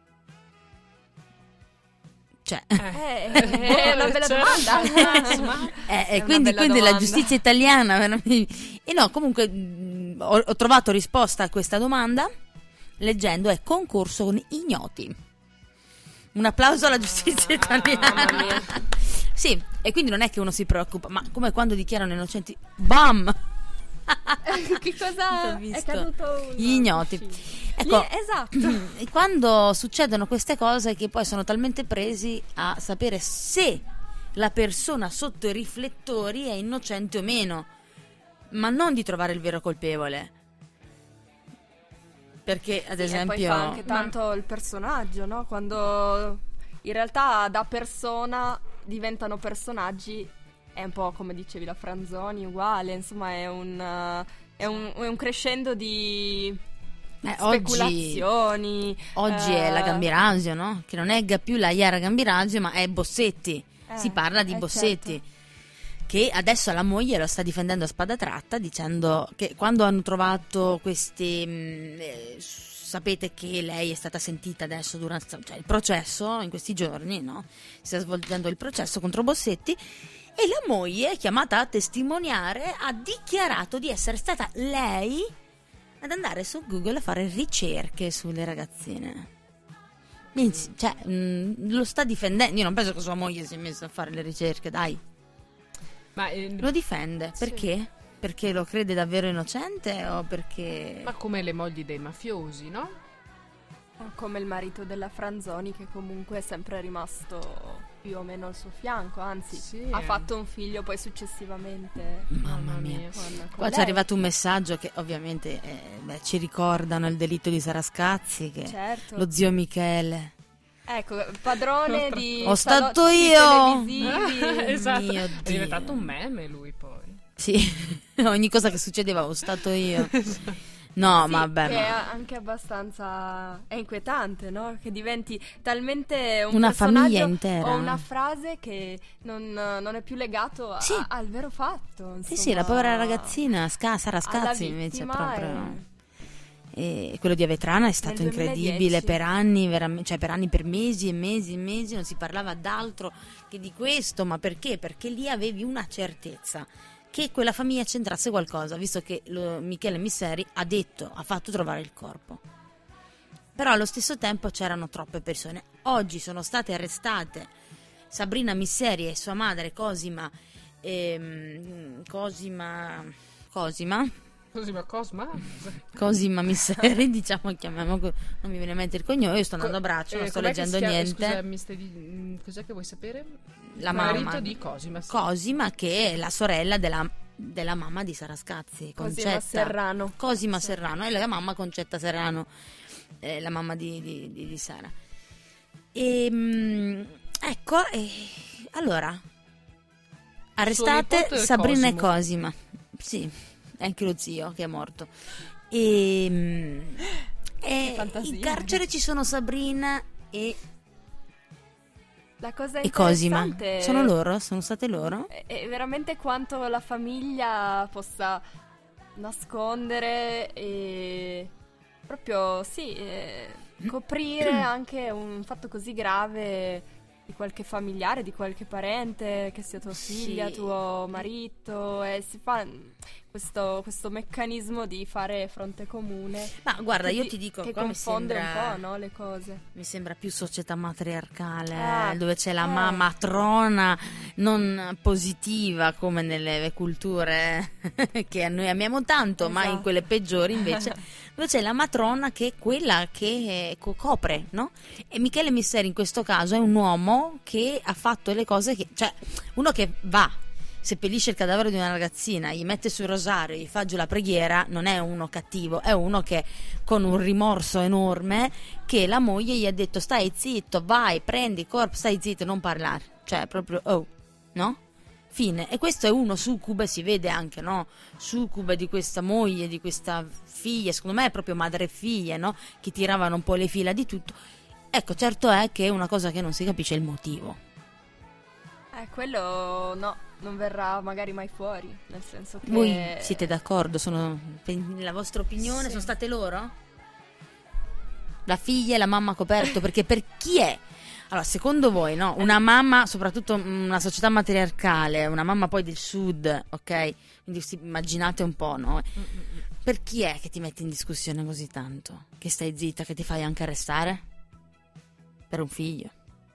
[SPEAKER 2] Cioè...
[SPEAKER 3] è una bella domanda.
[SPEAKER 2] E quindi la giustizia italiana veramente... E no, comunque ho trovato risposta a questa domanda leggendo è concorso con ignoti. Un applauso alla giustizia italiana. Sì, e quindi non è che uno si preoccupa, ma come quando dichiarano innocenti, bam!
[SPEAKER 3] Che cosa
[SPEAKER 2] Ho visto.
[SPEAKER 3] è caduto?
[SPEAKER 2] Gli ignoti. Ecco,
[SPEAKER 3] Esatto.
[SPEAKER 2] quando succedono queste cose che poi sono talmente presi a sapere se la persona sotto i riflettori è innocente o meno, ma non di trovare il vero colpevole. Perché ad
[SPEAKER 3] E
[SPEAKER 2] esempio
[SPEAKER 3] poi fa anche tanto il personaggio, no? Quando in realtà da persona diventano personaggi, è un po' come dicevi la Franzoni, uguale, insomma è un crescendo di speculazioni.
[SPEAKER 2] Oggi è la Gambirasio, no? Che non è più la Iara Gambirasio, ma è Bossetti. Si parla di Bossetti.
[SPEAKER 3] Certo.
[SPEAKER 2] Che adesso la moglie lo sta difendendo a spada tratta, dicendo che quando hanno trovato questi sapete che lei è stata sentita adesso durante il processo in questi giorni, no? Si sta svolgendo il processo contro Bossetti e la moglie, chiamata a testimoniare, ha dichiarato di essere stata lei ad andare su Google a fare ricerche sulle ragazzine. Cioè, lo sta difendendo. Io non penso che sua moglie si è messa a fare le ricerche, dai.
[SPEAKER 1] Ma
[SPEAKER 2] Lo difende,
[SPEAKER 1] sì.
[SPEAKER 2] perché? Perché lo crede davvero innocente o perché...
[SPEAKER 1] Ma come le mogli dei mafiosi, no?
[SPEAKER 3] Come il marito della Franzoni, che comunque è sempre rimasto più o meno al suo fianco, anzi
[SPEAKER 1] Sì.
[SPEAKER 3] ha fatto un figlio poi successivamente
[SPEAKER 2] Mamma mia.
[SPEAKER 3] con
[SPEAKER 2] Qua
[SPEAKER 3] lei.
[SPEAKER 2] c'è arrivato un messaggio che ovviamente ci ricordano il delitto di Sarascazzi, che
[SPEAKER 3] Certo.
[SPEAKER 2] lo zio Michele.
[SPEAKER 3] Ecco, padrone di
[SPEAKER 2] Ho stato
[SPEAKER 3] salotti
[SPEAKER 2] io!
[SPEAKER 3] televisivi.
[SPEAKER 1] Esatto.
[SPEAKER 2] Mio
[SPEAKER 1] È
[SPEAKER 2] Dio.
[SPEAKER 1] diventato un meme lui poi.
[SPEAKER 2] Sì, ogni cosa che succedeva ho stato io. No,
[SPEAKER 3] Sì,
[SPEAKER 2] vabbè,
[SPEAKER 3] che è
[SPEAKER 2] ma...
[SPEAKER 3] anche abbastanza è inquietante, no? Che diventi talmente un
[SPEAKER 2] Una
[SPEAKER 3] personaggio
[SPEAKER 2] famiglia intera.
[SPEAKER 3] o una frase che non è più legato
[SPEAKER 2] Sì.
[SPEAKER 3] al vero fatto.
[SPEAKER 2] Sì,
[SPEAKER 3] Insomma,
[SPEAKER 2] sì, la povera ragazzina, Sara
[SPEAKER 3] alla
[SPEAKER 2] Scazzi invece
[SPEAKER 3] vittima
[SPEAKER 2] proprio... E quello di Avetrana è stato
[SPEAKER 3] Nel
[SPEAKER 2] incredibile
[SPEAKER 3] 2010.
[SPEAKER 2] per anni, cioè per anni, per mesi e mesi e mesi, non si parlava d'altro che di questo, ma perché? Perché lì avevi una certezza che quella famiglia c'entrasse qualcosa, visto che Michele Misseri ha fatto trovare il corpo. Però allo stesso tempo c'erano troppe persone. Oggi sono state arrestate Sabrina Misseri e sua madre Cosima Cosima Misseri, diciamo, chiamiamo, non mi viene in mente il cognome, io sto andando a braccio, non sto
[SPEAKER 1] com'è che
[SPEAKER 2] leggendo
[SPEAKER 1] si chiama?
[SPEAKER 2] niente.
[SPEAKER 1] Scusa, cos'è che vuoi sapere?
[SPEAKER 2] La
[SPEAKER 1] Il
[SPEAKER 2] mamma
[SPEAKER 1] marito di Cosima. Sì.
[SPEAKER 2] Cosima, che è la sorella della mamma di Sarascazzi,
[SPEAKER 3] Cosima
[SPEAKER 2] Concetta
[SPEAKER 3] Serrano.
[SPEAKER 2] Cosima Serrano, è la mamma Concetta Serrano, la mamma di Sara. Ecco, allora arrestate
[SPEAKER 1] nipote
[SPEAKER 2] Sabrina e
[SPEAKER 1] Cosimo.
[SPEAKER 2] Cosima, sì, e anche lo zio che è morto. E
[SPEAKER 3] fantasia.
[SPEAKER 2] in carcere ci sono Sabrina e
[SPEAKER 3] La cosa
[SPEAKER 2] Cosima.
[SPEAKER 3] interessante
[SPEAKER 2] Sono loro? Sono state loro?
[SPEAKER 3] è veramente quanto la famiglia possa nascondere e proprio coprire anche un fatto così grave di qualche familiare, di qualche parente, che sia tua figlia,
[SPEAKER 2] Sì.
[SPEAKER 3] tuo marito, e si fa questo meccanismo di fare fronte comune.
[SPEAKER 2] Ma guarda,
[SPEAKER 3] che
[SPEAKER 2] io ti dico,
[SPEAKER 3] che
[SPEAKER 2] qua mi
[SPEAKER 3] confonde
[SPEAKER 2] sembra,
[SPEAKER 3] un po', no, le cose.
[SPEAKER 2] mi sembra più società matriarcale,
[SPEAKER 3] Ah,
[SPEAKER 2] dove c'è la matrona non positiva come nelle culture che noi amiamo tanto, ma in
[SPEAKER 3] Esatto.
[SPEAKER 2] quelle peggiori invece, dove c'è la matrona che è quella che copre, no? E Michele Misseri in questo caso è un uomo che ha fatto le cose che, cioè, uno che va, seppellisce il cadavere di una ragazzina, gli mette sul rosario, gli fa giù la preghiera, non è uno cattivo, è uno che con un rimorso enorme, che la moglie gli ha detto stai zitto, vai, prendi il corpo, stai zitto, non parlare, cioè proprio no? Fine. E questo è uno succube, si vede anche, no? Succube di questa moglie, di questa figlia, secondo me è proprio madre e figlia, no? Che tiravano un po' le fila di tutto. Ecco, certo è che una cosa che non si capisce è il motivo.
[SPEAKER 3] Quello no, non verrà magari mai fuori, nel senso che...
[SPEAKER 2] Voi siete d'accordo? La vostra opinione?
[SPEAKER 3] Sì.
[SPEAKER 2] Sono state loro? La figlia e la mamma coperto? Perché per chi è? Allora, secondo voi, no? Una mamma, soprattutto una società matriarcale, una mamma poi del sud, ok? Quindi immaginate un po', no? Per chi è che ti metti in discussione così tanto? Che stai zitta, che ti fai anche arrestare? Per un figlio.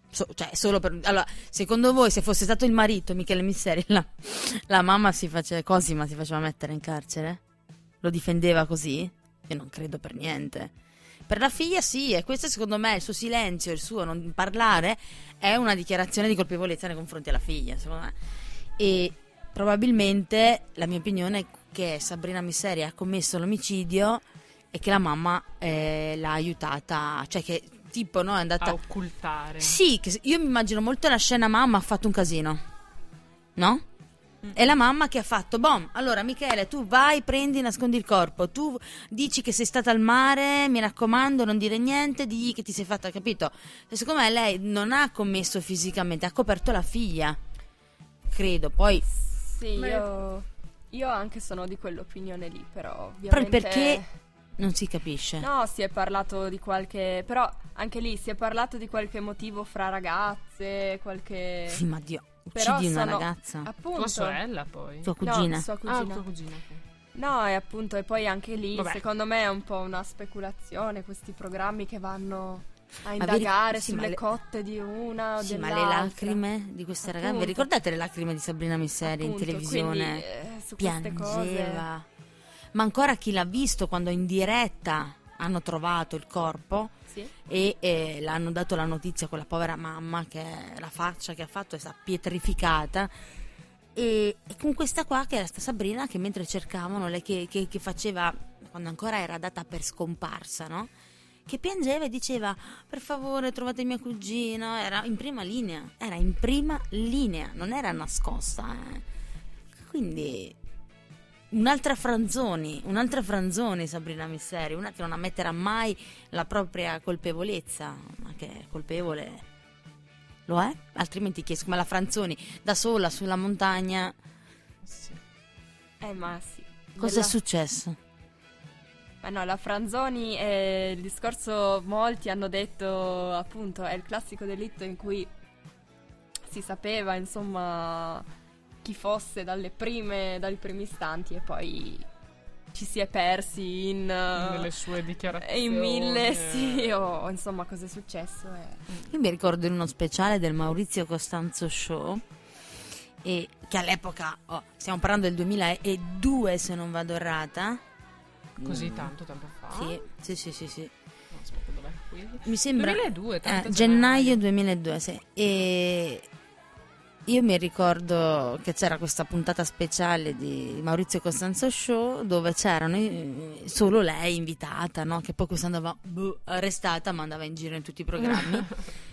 [SPEAKER 2] Cioè, solo per... Allora, secondo voi, se fosse stato il marito, Michele Misseri, la mamma Cosima si faceva mettere in carcere? Lo difendeva così? Io non credo per niente. Per la figlia sì, e questo secondo me, il suo silenzio, il suo non parlare, è una dichiarazione di colpevolezza nei confronti della figlia, secondo me. E probabilmente la mia opinione è che Sabrina Misseri ha commesso l'omicidio e che la mamma l'ha aiutata, cioè che tipo, no, è andata
[SPEAKER 1] a occultare.
[SPEAKER 2] Sì, che io mi immagino molto la scena: mamma ha fatto un casino, no? E la mamma che ha fatto, allora Michele, tu vai, prendi, nascondi il corpo, tu dici che sei stata al mare, mi raccomando, non dire niente, digli che ti sei fatta, capito? E secondo me lei non ha commesso fisicamente, ha coperto la figlia, credo. Poi
[SPEAKER 3] sì, io anche sono di quell'opinione lì, però
[SPEAKER 2] però
[SPEAKER 3] ovviamente...
[SPEAKER 2] perché non si capisce?
[SPEAKER 3] No, si è parlato di qualche... Però anche lì si è parlato di qualche motivo fra ragazze, qualche...
[SPEAKER 2] Sì, ma Dio,
[SPEAKER 3] Però
[SPEAKER 2] uccidi una
[SPEAKER 3] sono-
[SPEAKER 2] ragazza,
[SPEAKER 3] Appunto.
[SPEAKER 1] Tua sorella poi.
[SPEAKER 2] tua cugina.
[SPEAKER 3] No, sua cugina.
[SPEAKER 1] Ah, tua cugina. Ok.
[SPEAKER 3] No, e appunto, e poi anche lì,
[SPEAKER 1] Vabbè.
[SPEAKER 3] secondo me è un po' una speculazione, questi programmi che vanno a
[SPEAKER 2] Ma
[SPEAKER 3] indagare
[SPEAKER 2] sì, ma
[SPEAKER 3] sulle
[SPEAKER 2] le-
[SPEAKER 3] cotte di una o
[SPEAKER 2] Sì, ma
[SPEAKER 3] dell'altra.
[SPEAKER 2] le lacrime di queste ragazze, vi
[SPEAKER 3] Appunto.
[SPEAKER 2] ricordate le lacrime di Sabrina Misseri in
[SPEAKER 3] Appunto,
[SPEAKER 2] televisione?
[SPEAKER 3] quindi, su queste cose...
[SPEAKER 2] Piangeva. Ma ancora chi l'ha visto quando in diretta hanno trovato il corpo
[SPEAKER 3] Sì.
[SPEAKER 2] e l'hanno dato la notizia con la povera mamma, che la faccia che ha fatto è stata pietrificata, e con questa qua che era sta Sabrina, che mentre cercavano, lei che faceva, quando ancora era data per scomparsa, no? Che piangeva e diceva: per favore trovate mia cugina. Era in prima linea, non era nascosta, quindi un'altra Franzoni Sabrina Misseri, una che non ammetterà mai la propria colpevolezza, ma che è colpevole lo è, altrimenti chi è, come la Franzoni da sola sulla montagna.
[SPEAKER 1] Sì.
[SPEAKER 3] Ma sì.
[SPEAKER 2] Cosa è successo?
[SPEAKER 3] Ma no, la Franzoni, il discorso, molti hanno detto, appunto, è il classico delitto in cui si sapeva, insomma, chi fosse dai primi istanti, e poi ci si è persi
[SPEAKER 1] Nelle sue dichiarazioni.
[SPEAKER 3] in mille, sì, o insomma, cosa è successo.
[SPEAKER 2] Io mi ricordo in uno speciale del Maurizio Costanzo Show, e che all'epoca, stiamo parlando del 2002 se non vado errata.
[SPEAKER 1] Così tanto tempo fa?
[SPEAKER 2] Sì.
[SPEAKER 1] No, aspetta, dov'è qui?
[SPEAKER 2] Mi sembra
[SPEAKER 1] 2002, tanto
[SPEAKER 2] gennaio 2002, sì. E io mi ricordo che c'era questa puntata speciale di Maurizio Costanzo Show, dove c'erano solo lei invitata, no? Che poi questa andava arrestata, ma andava in giro in tutti i programmi.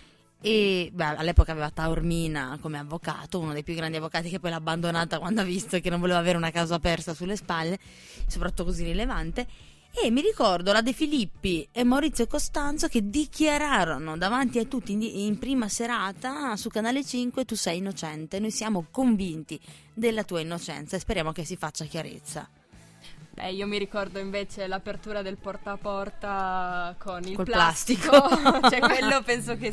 [SPEAKER 2] E all'epoca aveva Taormina come avvocato, uno dei più grandi avvocati, che poi l'ha abbandonata quando ha visto che non voleva avere una causa persa sulle spalle, soprattutto così rilevante. E mi ricordo la De Filippi e Maurizio Costanzo che dichiararono davanti a tutti in prima serata su Canale 5: tu sei innocente, noi siamo convinti della tua innocenza e speriamo che si faccia chiarezza.
[SPEAKER 3] Io mi ricordo invece l'apertura del porta a porta con il
[SPEAKER 2] Col
[SPEAKER 3] plastico. Cioè, quello penso che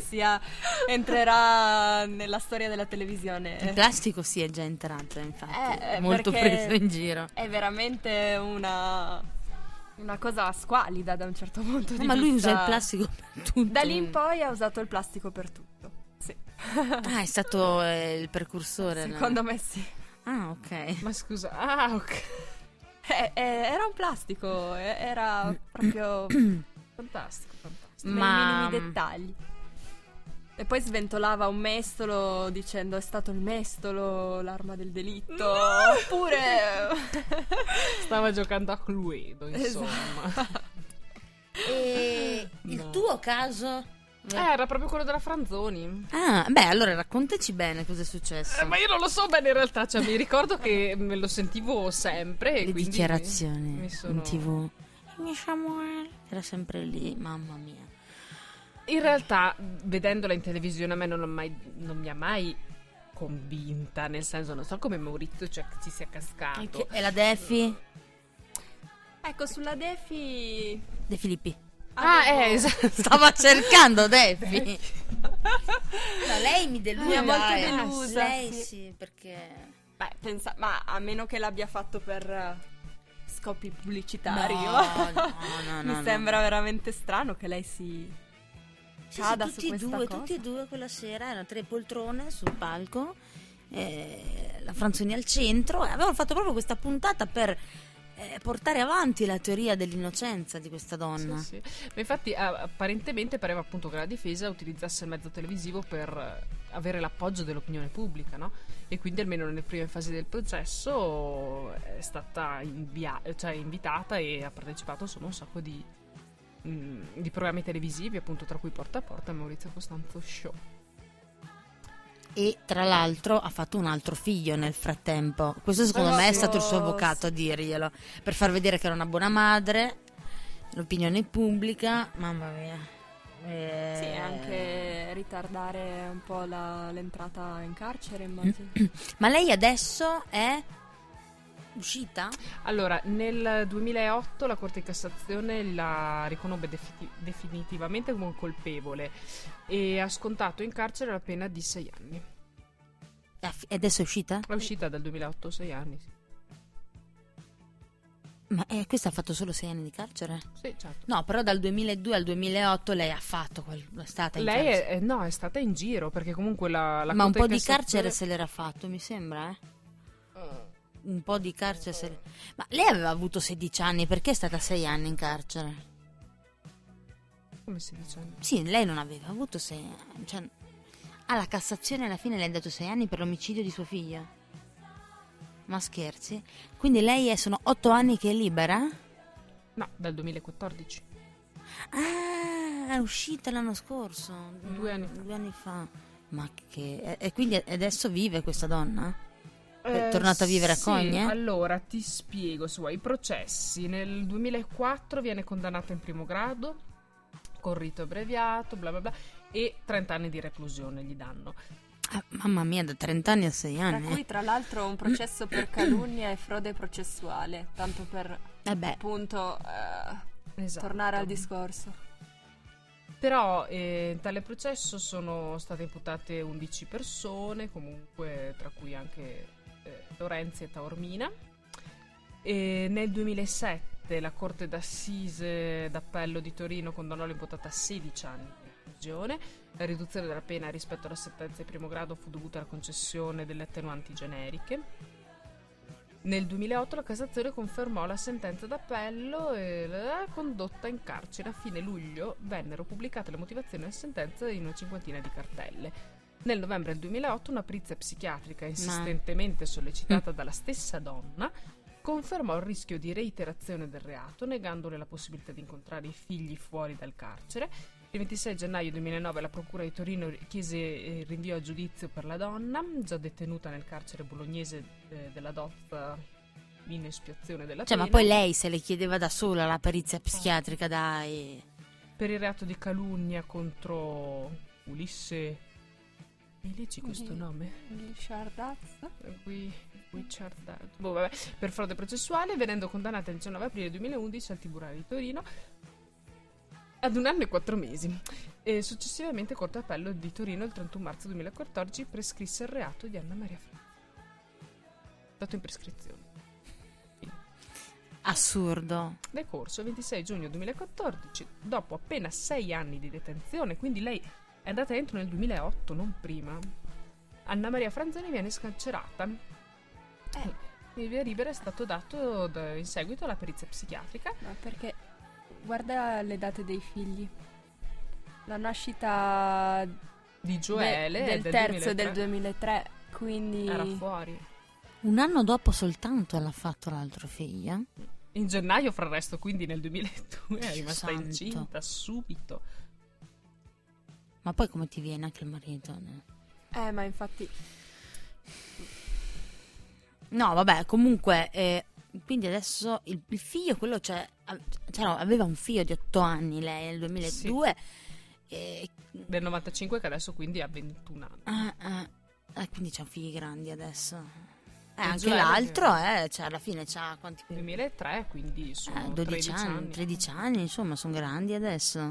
[SPEAKER 3] entrerà nella storia della televisione.
[SPEAKER 2] Il plastico sì, è già entrato, infatti, molto
[SPEAKER 3] perché
[SPEAKER 2] preso in giro.
[SPEAKER 3] È veramente una cosa squalida da un certo punto di
[SPEAKER 2] Ma
[SPEAKER 3] vista.
[SPEAKER 2] lui usa il plastico per tutto.
[SPEAKER 3] Da lì in poi ha usato il plastico per tutto. Sì.
[SPEAKER 2] È stato il precursore.
[SPEAKER 3] Secondo me sì.
[SPEAKER 2] Ah, ok.
[SPEAKER 1] Ma scusa, ok.
[SPEAKER 3] Era un plastico, era proprio
[SPEAKER 1] Fantastico.
[SPEAKER 3] nei
[SPEAKER 2] Ma
[SPEAKER 3] minimi dettagli. E poi sventolava un mestolo dicendo: è stato il mestolo l'arma del delitto. Oppure
[SPEAKER 1] Stava giocando a Cluedo, insomma.
[SPEAKER 2] E il
[SPEAKER 1] No.
[SPEAKER 2] tuo caso?
[SPEAKER 1] Era proprio quello della Franzoni.
[SPEAKER 2] Allora raccontaci bene cosa è successo.
[SPEAKER 1] Ma io non lo so bene in realtà, cioè mi ricordo che me lo sentivo sempre. E
[SPEAKER 2] Le
[SPEAKER 1] quindi
[SPEAKER 2] dichiarazioni
[SPEAKER 1] mi sono...
[SPEAKER 2] in TV. Mio Samuele era sempre lì, mamma mia.
[SPEAKER 1] In realtà, vedendola in televisione, a me non mi ha mai convinta, nel senso, non so come Maurizio ci sia cascato.
[SPEAKER 2] E la Defi?
[SPEAKER 3] ecco, sulla Defi
[SPEAKER 2] De Filippi.
[SPEAKER 1] Esatto.
[SPEAKER 2] Stava cercando Defi. No, lei mi delude.
[SPEAKER 3] Mi ha molto
[SPEAKER 2] dai.
[SPEAKER 3] delusa,
[SPEAKER 2] Lei
[SPEAKER 3] sì.
[SPEAKER 2] sì, perché
[SPEAKER 3] ma a meno che l'abbia fatto per scopi pubblicitari,
[SPEAKER 2] no,
[SPEAKER 3] mi
[SPEAKER 2] no.
[SPEAKER 3] sembra veramente strano che lei si accada su questa cosa.
[SPEAKER 2] Tutti e due quella sera, erano 3 poltrone sul palco, la Franzoni al centro, e avevano fatto proprio questa puntata per portare avanti la teoria dell'innocenza di questa donna.
[SPEAKER 1] Sì. Ma infatti apparentemente pareva appunto che la difesa utilizzasse il mezzo televisivo per avere l'appoggio dell'opinione pubblica, no? E quindi almeno nelle prime fasi del processo è stata invitata e ha partecipato insomma a un sacco di programmi televisivi, appunto, tra cui Porta a Porta e Maurizio Costanzo Show.
[SPEAKER 2] E tra l'altro ha fatto un altro figlio nel frattempo. Questo secondo me è stato il suo avvocato a dirglielo, per far vedere che era una buona madre, l'opinione pubblica. Mamma mia.
[SPEAKER 3] Sì, e anche ritardare un po' l'entrata in carcere, immagino.
[SPEAKER 2] Ma lei adesso è uscita?
[SPEAKER 1] Allora, nel 2008 la Corte di Cassazione la riconobbe definitivamente come colpevole e ha scontato in carcere la pena di 6 anni.
[SPEAKER 2] E adesso è uscita?
[SPEAKER 1] È uscita dal 2008, 6 anni, sì.
[SPEAKER 2] Ma questa ha fatto solo 6 anni di carcere?
[SPEAKER 1] Sì, certo.
[SPEAKER 2] No, però dal 2002 al 2008 lei ha fatto, è stata in carcere.
[SPEAKER 1] Lei è stata in giro, perché comunque la
[SPEAKER 2] Ma un
[SPEAKER 1] Corte
[SPEAKER 2] po'
[SPEAKER 1] di
[SPEAKER 2] di
[SPEAKER 1] Cassazione...
[SPEAKER 2] carcere se l'era fatto, mi sembra, un po' di carcere Ma lei aveva avuto 16 anni, perché è stata 6 anni in carcere?
[SPEAKER 1] Come 16 anni?
[SPEAKER 2] Sì, lei non aveva avuto 6 anni, cioè, alla Cassazione alla fine le ha dato 6 anni per l'omicidio di suo figlio. Ma scherzi? Quindi lei sono 8 anni che è libera?
[SPEAKER 1] No, dal 2014.
[SPEAKER 2] Ah, è uscita l'anno scorso.
[SPEAKER 1] 2 anni fa.
[SPEAKER 2] 2 anni fa. Ma che... E quindi adesso vive questa donna? È tornata a vivere a Cogne?
[SPEAKER 1] Allora, ti spiego, se vuoi. I processi. Nel 2004 viene condannata in primo grado, con rito abbreviato, bla bla bla, e 30 anni di reclusione gli danno.
[SPEAKER 2] Ah, mamma mia, da 30 anni a 6 anni.
[SPEAKER 3] Tra cui, tra l'altro, un processo per calunnia e frode processuale, tanto per appunto
[SPEAKER 1] Esatto.
[SPEAKER 3] tornare al discorso.
[SPEAKER 1] Però in tale processo sono state imputate 11 persone, comunque, tra cui anche Lorenzi e Taormina. E nel 2007 la Corte d'Assise d'Appello di Torino condannò l'imputata a 16 anni di reclusione. La riduzione della pena rispetto alla sentenza di primo grado fu dovuta alla concessione delle attenuanti generiche. Nel 2008 la Cassazione confermò la sentenza d'appello e la condotta in carcere. A fine luglio vennero pubblicate le motivazioni della sentenza in una cinquantina di cartelle. Nel novembre del 2008 una perizia psichiatrica insistentemente sollecitata dalla stessa donna confermò il rischio di reiterazione del reato, negandole la possibilità di incontrare i figli fuori dal carcere. Il 26 gennaio 2009 la Procura di Torino chiese il rinvio a giudizio per la donna, già detenuta nel carcere bolognese della DOF in espiazione della pena.
[SPEAKER 2] Ma poi lei se le chiedeva da sola la perizia psichiatrica, dai.
[SPEAKER 1] Per il reato di calunnia contro Ulisse... Mi leggi questo nome? Per frode processuale, venendo condannata il 19 aprile 2011 al Tribunale di Torino ad 1 anno e 4 mesi. E successivamente Corte d'Appello di Torino il 31 marzo 2014 prescrisse il reato di Anna Maria Franzoni. Dato in prescrizione.
[SPEAKER 2] Assurdo.
[SPEAKER 1] Decorso il 26 giugno 2014, dopo appena 6 anni di detenzione, quindi lei è andata dentro nel 2008, non prima, Anna Maria Franzoni viene scarcerata. Il via libera è stato dato in seguito alla perizia psichiatrica.
[SPEAKER 3] Ma perché guarda le date dei figli. La nascita
[SPEAKER 1] di Gioele
[SPEAKER 3] del terzo 2003. Del 2003, quindi
[SPEAKER 1] era fuori.
[SPEAKER 2] 1 anno dopo soltanto l'ha fatto l'altro figlio.
[SPEAKER 1] In gennaio, fra il resto, quindi nel 2002 è rimasta incinta subito.
[SPEAKER 2] Ma poi come ti viene anche il marito?
[SPEAKER 3] Ma infatti...
[SPEAKER 2] No, vabbè, comunque, quindi adesso il figlio, quello aveva un figlio di 8 anni lei nel 2002.
[SPEAKER 1] Sì. Del 95 che adesso quindi ha 21 anni.
[SPEAKER 2] Quindi c'ha figli grandi adesso. Anche l'altro, alla fine c'ha quanti?
[SPEAKER 1] 2003, quindi sono
[SPEAKER 2] 12 anni. 13 anni, insomma, sono grandi adesso.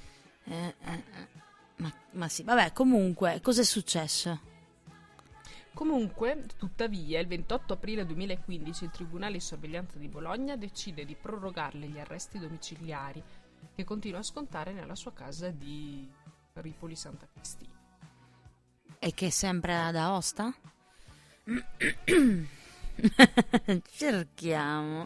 [SPEAKER 2] Ma sì, vabbè, comunque, cos'è successo?
[SPEAKER 1] Comunque, tuttavia, il 28 aprile 2015 il Tribunale di Sorveglianza di Bologna decide di prorogarle gli arresti domiciliari che continua a scontare nella sua casa di Ripoli Santa Cristina.
[SPEAKER 2] E che è sempre ad Aosta? Cerchiamo.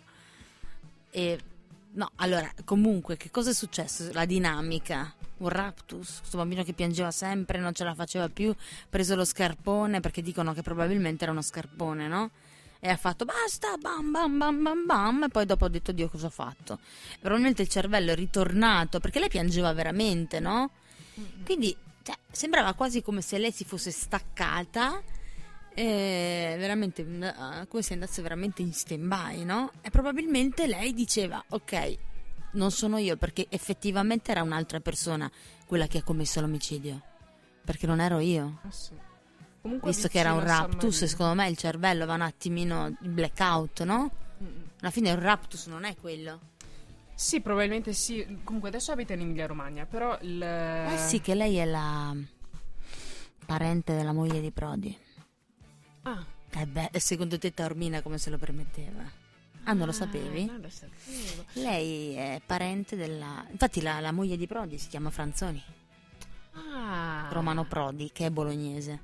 [SPEAKER 2] No, allora, comunque, che cosa è successo? La dinamica. Un raptus, questo bambino che piangeva sempre, non ce la faceva più, preso lo scarpone, perché dicono che probabilmente era uno scarpone, no? E ha fatto basta, bam bam bam bam bam, e poi dopo ha detto Dio, cosa ho fatto? Probabilmente il cervello è ritornato, perché lei piangeva veramente, no? Quindi sembrava quasi come se lei si fosse staccata, veramente come se andasse veramente in stand-by, no? E probabilmente lei diceva ok, non sono io, perché effettivamente era un'altra persona quella che ha commesso l'omicidio, perché non ero io.
[SPEAKER 1] Sì. Comunque
[SPEAKER 2] Visto che era un
[SPEAKER 1] vicino a San
[SPEAKER 2] raptus,
[SPEAKER 1] Marino.
[SPEAKER 2] secondo me il cervello va un attimino in blackout, no? Alla fine il raptus non è quello.
[SPEAKER 1] Sì, probabilmente sì. Comunque adesso abita in Emilia Romagna, però
[SPEAKER 2] Sì, che lei è la parente della moglie di Prodi.
[SPEAKER 1] Ah,
[SPEAKER 2] E secondo te Taormina come se lo permetteva? Ah, non lo sapevi?
[SPEAKER 1] non lo sapevo.
[SPEAKER 2] Lei è parente della... Infatti la moglie di Prodi si chiama Franzoni,
[SPEAKER 1] Ah.
[SPEAKER 2] Romano Prodi, che è bolognese.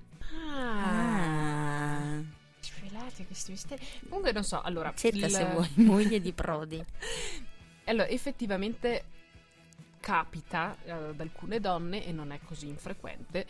[SPEAKER 1] Ah.
[SPEAKER 2] Ah.
[SPEAKER 1] Svelati questi misteri. Comunque non so, allora...
[SPEAKER 2] Cerca se vuoi, moglie di Prodi.
[SPEAKER 1] Allora, effettivamente capita ad alcune donne, e non è così infrequente,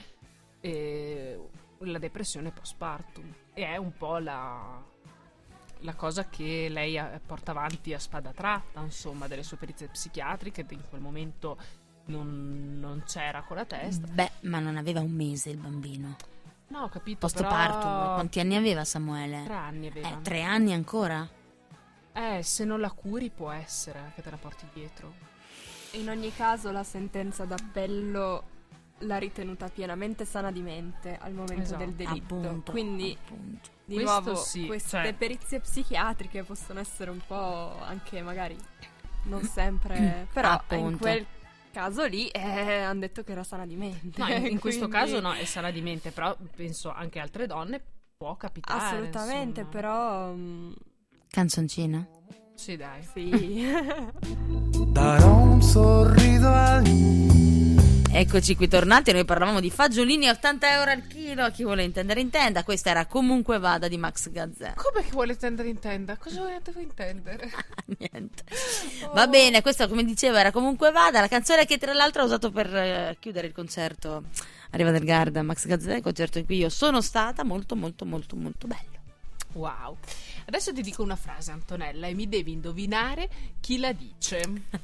[SPEAKER 1] la depressione postpartum. E è un po' la cosa che lei porta avanti a spada tratta, insomma, delle sue perizie psichiatriche, che in quel momento non c'era con la testa.
[SPEAKER 2] Beh, ma non aveva un mese il bambino.
[SPEAKER 1] No, ho capito,
[SPEAKER 2] Postpartum,
[SPEAKER 1] però...
[SPEAKER 2] quanti anni aveva Samuele?
[SPEAKER 1] 3 anni aveva.
[SPEAKER 2] 3 anni ancora?
[SPEAKER 1] Se non la curi può essere che te la porti dietro.
[SPEAKER 3] In ogni caso la sentenza d'appello l'ha ritenuta pienamente sana di mente al momento
[SPEAKER 1] Esatto.
[SPEAKER 3] del delitto.
[SPEAKER 2] Appunto,
[SPEAKER 3] Quindi
[SPEAKER 2] appunto.
[SPEAKER 3] di
[SPEAKER 1] Questo
[SPEAKER 3] nuovo
[SPEAKER 1] sì,
[SPEAKER 3] queste
[SPEAKER 1] cioè-
[SPEAKER 3] perizie psichiatriche possono essere un po' anche magari non sempre, però in
[SPEAKER 2] Appunto.
[SPEAKER 3] quel caso lì hanno detto che era sana di mente.
[SPEAKER 1] No, in questo
[SPEAKER 3] quindi-
[SPEAKER 1] caso no, è sana di mente, però penso anche a altre donne può capitare.
[SPEAKER 3] Assolutamente,
[SPEAKER 1] insomma.
[SPEAKER 3] però
[SPEAKER 2] Canzoncina?
[SPEAKER 1] Sì, dai.
[SPEAKER 3] sì.
[SPEAKER 5] Darò un sorriso al
[SPEAKER 2] Eccoci qui tornati, noi parlavamo di fagiolini a 80 euro al chilo, chi vuole intendere intenda, questa era Comunque Vada di Max Gazzè.
[SPEAKER 1] Come che vuole intendere intenda? Cosa volete intendere?
[SPEAKER 2] Niente. Va bene, questa come dicevo era Comunque Vada, la canzone che tra l'altro ho usato per chiudere il concerto a Riva del Garda, Max Gazzè, concerto in cui io sono stata, molto molto molto molto bello.
[SPEAKER 1] Wow. Adesso ti dico una frase, Antonella, e mi devi indovinare chi la dice.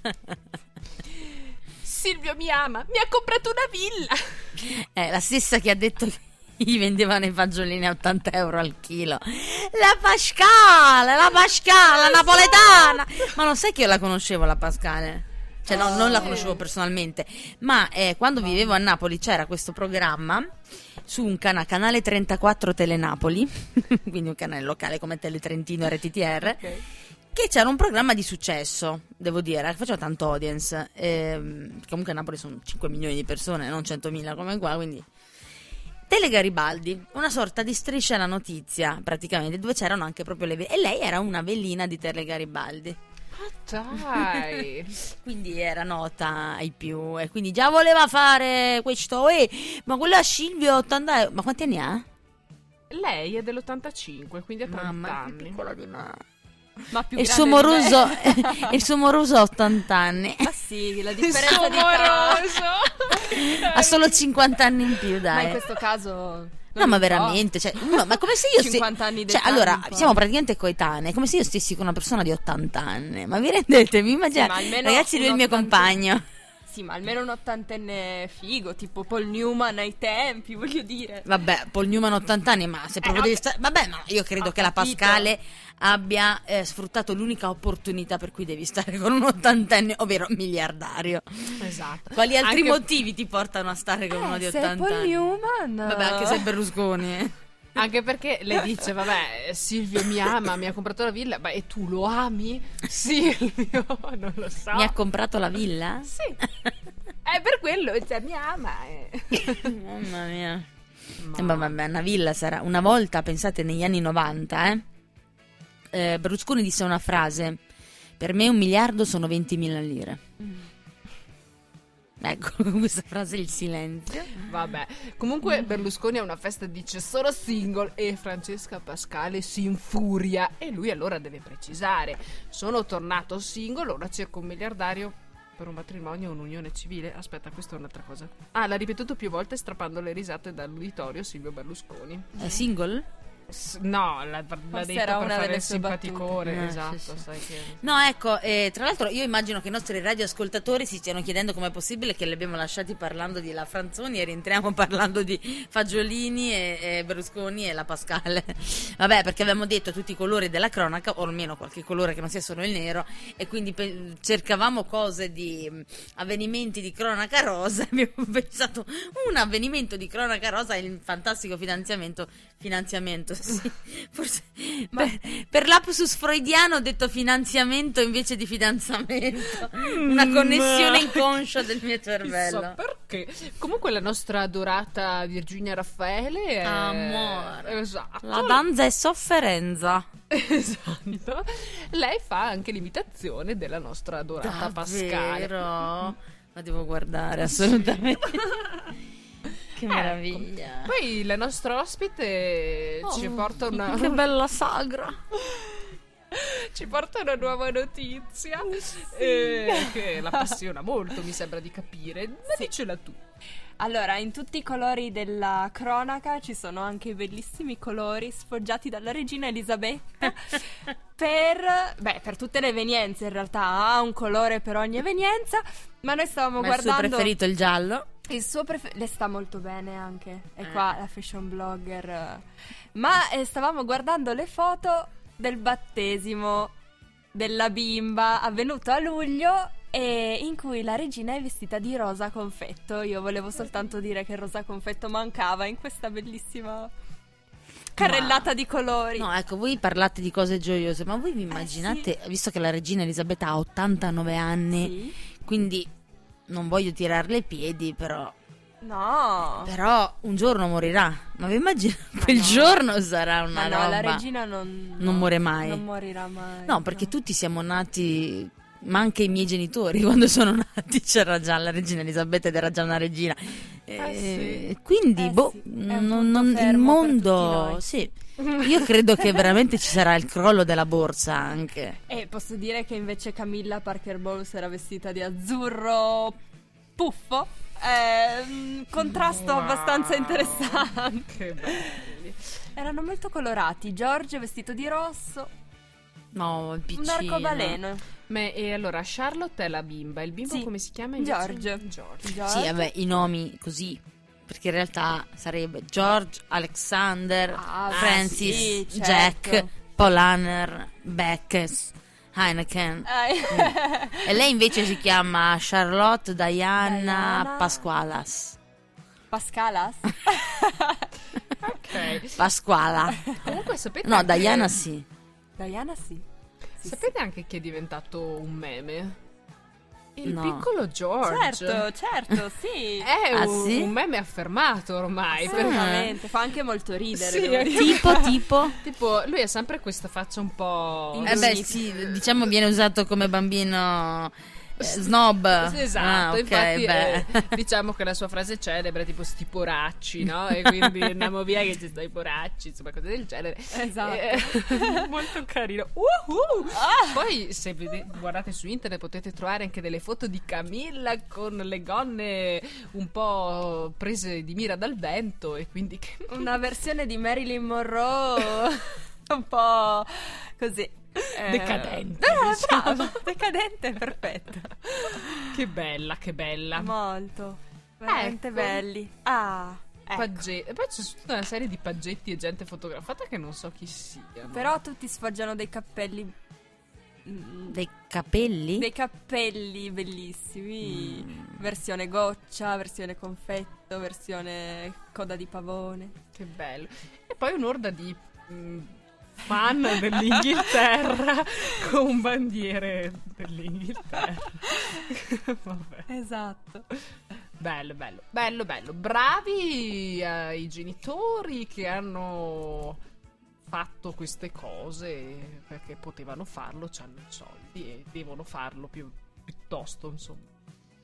[SPEAKER 1] Silvio mi ama, mi ha comprato una villa.
[SPEAKER 2] È la stessa che ha detto che gli vendevano i fagiolini a 80 euro al chilo. La Pascale, la napoletana. Ma non sai che io la conoscevo la Pascale? Cioè no, non la conoscevo personalmente, ma quando vivevo a Napoli c'era questo programma su un canale 34 Telenapoli, quindi un canale locale come Teletrentino e RTTR, che c'era un programma di successo, devo dire, che faceva tanto audience. Comunque a Napoli sono 5 milioni di persone, non 100.000 come qua, quindi... Tele Garibaldi, una sorta di Striscia la notizia, praticamente, dove c'erano anche proprio e lei era una velina di Tele Garibaldi.
[SPEAKER 1] Dai.
[SPEAKER 2] Quindi era nota ai più e quindi già voleva fare questo. Ma quello a Silvio 80 euro. Ma quanti anni ha?
[SPEAKER 1] Lei è dell'85, quindi ha 30
[SPEAKER 2] Mamma, è più
[SPEAKER 1] anni.
[SPEAKER 2] piccola di me.
[SPEAKER 3] Ma più
[SPEAKER 2] E il
[SPEAKER 3] grande
[SPEAKER 2] suo
[SPEAKER 3] di me.
[SPEAKER 2] moroso il suo moroso ha 80 anni.
[SPEAKER 3] Ma sì, la
[SPEAKER 1] Il
[SPEAKER 3] differenza
[SPEAKER 1] suo
[SPEAKER 3] di età.
[SPEAKER 1] moroso.
[SPEAKER 2] Ha solo 50 anni in più,
[SPEAKER 3] Ma in
[SPEAKER 2] dai.
[SPEAKER 3] questo caso
[SPEAKER 2] No, ma veramente, cioè, ma come se io
[SPEAKER 3] 50 anni
[SPEAKER 2] cioè,
[SPEAKER 3] d'età,
[SPEAKER 2] allora,
[SPEAKER 3] un po'.
[SPEAKER 2] siamo praticamente coetanei, come se io stessi con una persona di 80 anni. Ma vi rendete? Mi
[SPEAKER 3] Sì,
[SPEAKER 2] immaginate?
[SPEAKER 3] ma almeno
[SPEAKER 2] Ragazzi, lui è il mio
[SPEAKER 3] un
[SPEAKER 2] compagno.
[SPEAKER 3] Sì, ma almeno un ottantenne figo, tipo Paul Newman ai tempi, voglio dire.
[SPEAKER 2] Vabbè, Paul Newman 80 anni, ma se proprio devi stare... Vabbè, ma io credo
[SPEAKER 3] Ho
[SPEAKER 2] che la
[SPEAKER 3] capito.
[SPEAKER 2] Pascale abbia sfruttato l'unica opportunità per cui devi stare con un ottantenne, ovvero miliardario.
[SPEAKER 1] Esatto.
[SPEAKER 2] Quali altri
[SPEAKER 1] Anche-
[SPEAKER 2] motivi ti portano a stare con uno di
[SPEAKER 3] Se
[SPEAKER 2] 80
[SPEAKER 3] Paul
[SPEAKER 2] anni?
[SPEAKER 3] Newman...
[SPEAKER 2] Vabbè, anche se è Berlusconi.
[SPEAKER 1] Anche perché lei dice, vabbè, Silvio mi ama, mi ha comprato la villa, ma e tu lo ami? Silvio, non lo so.
[SPEAKER 2] Mi ha comprato la villa?
[SPEAKER 1] Sì, è per quello, cioè, mi ama.
[SPEAKER 2] Mamma mia.
[SPEAKER 1] Ma-
[SPEAKER 2] Vabbè, una villa sarà... Una volta, pensate, negli anni 90, Berlusconi disse una frase: per me 1 miliardo sono 20.000 lire. Ecco, con questa frase il silenzio.
[SPEAKER 1] Vabbè, comunque Berlusconi a una festa dice sono single e Francesca Pascale si infuria e lui allora deve precisare: sono tornato single, ora cerco un miliardario per un matrimonio o un'unione civile. Aspetta, questa è un'altra cosa. Ah, l'ha ripetuto più volte strappando le risate dall'uditorio Silvio Berlusconi.
[SPEAKER 2] È single?
[SPEAKER 1] No, l'ha detto
[SPEAKER 3] era
[SPEAKER 1] per
[SPEAKER 3] una
[SPEAKER 1] fare
[SPEAKER 3] delle
[SPEAKER 1] il
[SPEAKER 3] sue
[SPEAKER 1] simpaticone.
[SPEAKER 2] battute.
[SPEAKER 1] Esatto,
[SPEAKER 2] Sì, sì.
[SPEAKER 1] sai che...
[SPEAKER 2] No, ecco, tra l'altro io immagino che i nostri radioascoltatori si stiano chiedendo com'è possibile che li abbiamo lasciati parlando di La Franzoni e rientriamo parlando di Fagiolini e Berlusconi e la Pascale. Vabbè, perché avevamo detto tutti i colori della cronaca, o almeno qualche colore che non sia solo il nero, e quindi cercavamo cose di avvenimenti di cronaca rosa. Abbiamo pensato un avvenimento di cronaca rosa è il fantastico finanziamento, sì. Forse per lapsus freudiano ho detto finanziamento invece di fidanzamento. Una connessione inconscia del mio cervello.
[SPEAKER 1] Chissà perché. Comunque la nostra adorata Virginia Raffaele è...
[SPEAKER 2] Amore.
[SPEAKER 1] Esatto.
[SPEAKER 2] La danza è sofferenza.
[SPEAKER 1] Esatto. Lei fa anche l'imitazione della nostra adorata Pascale.
[SPEAKER 2] Davvero? La devo guardare assolutamente. Che meraviglia.
[SPEAKER 1] Poi la nostra ospite ci porta una...
[SPEAKER 2] Che bella sagra.
[SPEAKER 1] Ci porta una nuova notizia che la appassiona molto, mi sembra di capire. Ma dicela tu.
[SPEAKER 3] Allora, in tutti i colori della cronaca ci sono anche i bellissimi colori sfoggiati dalla regina Elisabetta per tutte le evenienze. In realtà ha un colore per ogni evenienza, ma noi stavamo guardando...
[SPEAKER 2] Il suo preferito il giallo?
[SPEAKER 3] Il suo le sta molto bene anche. È qua la fashion blogger. Ma stavamo guardando le foto del battesimo della bimba avvenuto a luglio e in cui la regina è vestita di rosa confetto. Io volevo soltanto dire che il rosa confetto mancava in questa bellissima carrellata di colori.
[SPEAKER 2] No, ecco, voi parlate di cose gioiose, ma voi vi immaginate, visto che la regina Elisabetta ha 89 anni,
[SPEAKER 3] Sì.
[SPEAKER 2] quindi non voglio tirarle i piedi, però
[SPEAKER 3] No.
[SPEAKER 2] un giorno morirà. Ma vi immaginate? Quel
[SPEAKER 3] no.
[SPEAKER 2] giorno sarà
[SPEAKER 3] Ma
[SPEAKER 2] una
[SPEAKER 3] no,
[SPEAKER 2] roba.
[SPEAKER 3] la regina non
[SPEAKER 2] muore mai.
[SPEAKER 3] Non morirà mai.
[SPEAKER 2] No, perché tutti siamo nati, ma anche i miei genitori quando sono nati c'era già la regina Elisabetta ed era già una regina. Quindi,
[SPEAKER 3] sì, è un punto
[SPEAKER 2] il
[SPEAKER 3] fermo per
[SPEAKER 2] mondo,
[SPEAKER 3] tutti noi.
[SPEAKER 2] sì. Io credo che veramente ci sarà il crollo della borsa anche.
[SPEAKER 3] E posso dire che invece Camilla Parker Bowles era vestita di azzurro puffo. Un contrasto abbastanza interessante.
[SPEAKER 1] Che belli.
[SPEAKER 3] Erano molto colorati. George vestito di rosso,
[SPEAKER 2] No, il piccino.
[SPEAKER 3] un arcobaleno.
[SPEAKER 1] E allora Charlotte è la bimba. Il bimbo
[SPEAKER 3] Sì.
[SPEAKER 1] come si chiama invece?
[SPEAKER 3] George.
[SPEAKER 2] Sì, vabbè, i nomi così. Perché in realtà sarebbe George, Alexander, Francis,
[SPEAKER 3] sì, certo.
[SPEAKER 2] Jack, Paul Hanner, Beckes, Heineken. E lei invece si chiama Charlotte Diana Pasqualas.
[SPEAKER 3] Pascalas?
[SPEAKER 1] Ok.
[SPEAKER 2] Pasquala.
[SPEAKER 1] Comunque sapete
[SPEAKER 2] No,
[SPEAKER 1] anche...
[SPEAKER 2] Diana sì.
[SPEAKER 3] Diana sì.
[SPEAKER 1] Sapete anche chi è diventato un meme? Il
[SPEAKER 2] No.
[SPEAKER 1] piccolo George.
[SPEAKER 3] Certo, sì.
[SPEAKER 1] È
[SPEAKER 2] Ah,
[SPEAKER 1] un,
[SPEAKER 2] sì?
[SPEAKER 1] un meme affermato ormai. perché-
[SPEAKER 3] Assolutamente, fa anche molto ridere.
[SPEAKER 1] Sì,
[SPEAKER 3] devo dire.
[SPEAKER 2] Tipo?
[SPEAKER 1] Tipo, lui ha sempre questa faccia un po'...
[SPEAKER 2] Beh sì, diciamo viene usato come bambino snob.
[SPEAKER 1] Esatto,
[SPEAKER 2] Ah, ok,
[SPEAKER 1] infatti
[SPEAKER 2] beh.
[SPEAKER 1] diciamo che la sua frase celebre è tipo sti poracci, no? E quindi andiamo via che ci sta i poracci, insomma cose del genere.
[SPEAKER 3] Esatto.
[SPEAKER 1] Molto carino. Poi se guardate su internet potete trovare anche delle foto di Camilla con le gonne un po' prese di mira dal vento e quindi
[SPEAKER 3] Una versione di Marilyn Monroe un po' così.
[SPEAKER 1] Decadente,
[SPEAKER 3] Bravo, decadente, perfetto.
[SPEAKER 1] che bella, che bella.
[SPEAKER 3] Molto. Veramente
[SPEAKER 1] Ecco.
[SPEAKER 3] belli. Ah, ecco.
[SPEAKER 1] E poi c'è tutta una serie di paggetti e gente fotografata che non so chi siano.
[SPEAKER 3] Però tutti sfoggiano dei cappelli.
[SPEAKER 2] Dei capelli?
[SPEAKER 3] Dei cappelli bellissimi. Versione goccia, versione confetto, versione coda di pavone.
[SPEAKER 1] Che bello. E poi un'orda di fan dell'Inghilterra con bandiere dell'Inghilterra. Vabbè.
[SPEAKER 3] Esatto.
[SPEAKER 1] Bello. Bravi i genitori che hanno fatto queste cose perché potevano farlo, hanno i soldi e devono farlo piuttosto, insomma.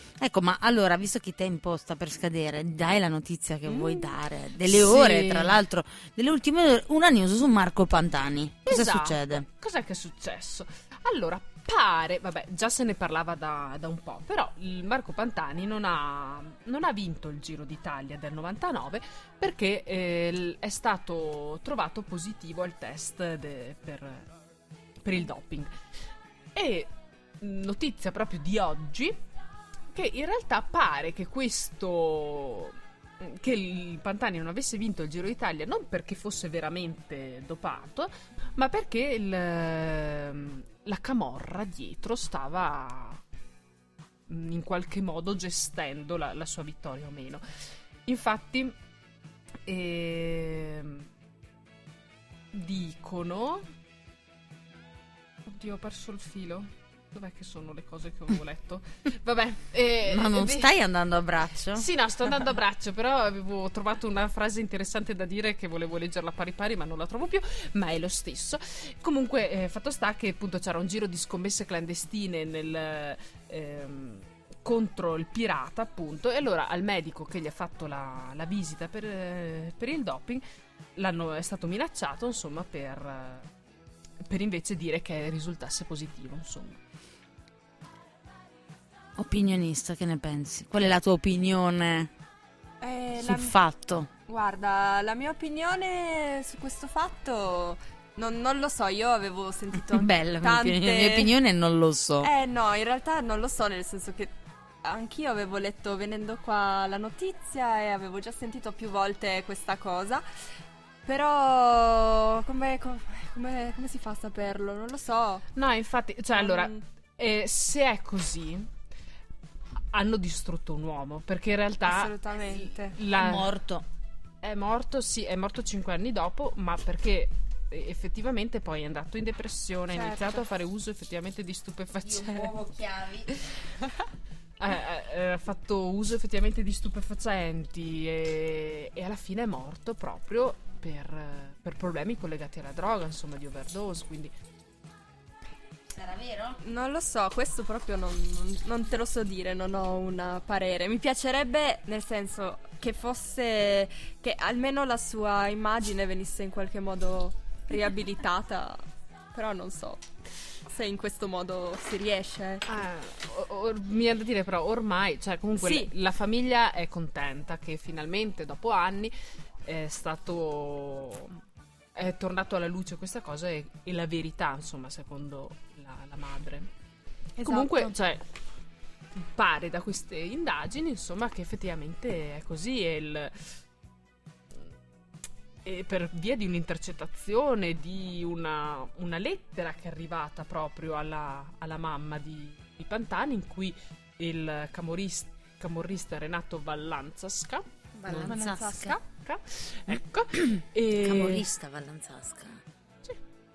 [SPEAKER 2] Ecco, ma allora, visto che tempo sta per scadere, dai la notizia che vuoi dare. Delle
[SPEAKER 1] Sì.
[SPEAKER 2] ore, tra l'altro, delle ultime ore, una news su Marco Pantani. Cosa
[SPEAKER 1] Esatto.
[SPEAKER 2] succede?
[SPEAKER 1] Cos'è che è successo? Allora, pare, vabbè, già se ne parlava da un po', però il Marco Pantani non ha vinto il Giro d'Italia del 99 perché è stato trovato positivo al test per il doping. E notizia proprio di oggi che in realtà pare che che il Pantani non avesse vinto il Giro d'Italia non perché fosse veramente dopato, ma perché la camorra dietro stava in qualche modo gestendo la sua vittoria o meno. Infatti dicono, oddio, ho perso il filo. Dov'è che sono le cose che avevo letto? Vabbè.
[SPEAKER 2] Ma non stai andando a braccio?
[SPEAKER 1] Sì, no, sto andando a braccio, però avevo trovato una frase interessante da dire che volevo leggerla pari pari, ma non la trovo più, ma è lo stesso. Comunque, fatto sta che appunto c'era un giro di scommesse clandestine contro il pirata, appunto, e allora al medico che gli ha fatto la visita per il doping è stato minacciato, insomma, per invece dire che risultasse positivo, insomma.
[SPEAKER 2] Opinionista, che ne pensi? Qual è la tua opinione sul fatto?
[SPEAKER 3] Guarda, la mia opinione su questo fatto non lo so, io avevo sentito
[SPEAKER 2] Bella,
[SPEAKER 3] tante...
[SPEAKER 2] la mia opinione non lo so.
[SPEAKER 3] No, in realtà non lo so, nel senso che anch'io avevo letto venendo qua la notizia e avevo già sentito più volte questa cosa. Però come si fa a saperlo? Non lo so.
[SPEAKER 1] No, infatti, cioè allora, se è così, hanno distrutto un uomo, perché in realtà
[SPEAKER 3] assolutamente
[SPEAKER 2] È morto.
[SPEAKER 1] È morto, sì, è morto 5 anni dopo, ma perché effettivamente poi è andato in depressione,
[SPEAKER 3] Certo.
[SPEAKER 1] ha iniziato a fare uso effettivamente di stupefacenti.
[SPEAKER 2] chiavi.
[SPEAKER 1] Ha fatto uso effettivamente di stupefacenti e alla fine è morto proprio per problemi collegati alla droga, insomma, di overdose, quindi
[SPEAKER 2] Sarà vero?
[SPEAKER 3] non lo so, questo proprio non te lo so dire, non ho un parere. Mi piacerebbe, nel senso, che almeno la sua immagine venisse in qualche modo riabilitata, però non so se in questo modo si riesce.
[SPEAKER 1] mi viene da dire però ormai, cioè comunque
[SPEAKER 3] Sì.
[SPEAKER 1] la famiglia è contenta che finalmente dopo anni è tornato alla luce questa cosa e la verità, insomma, secondo la madre.
[SPEAKER 3] Esatto.
[SPEAKER 1] Comunque, cioè, pare da queste indagini, insomma, che effettivamente è così e per via di un'intercettazione di una lettera che è arrivata proprio alla mamma di Pantani, in cui il camorrista Renato Vallanzasca, ecco, e
[SPEAKER 2] Camorrista Vallanzasca.
[SPEAKER 1] Sì.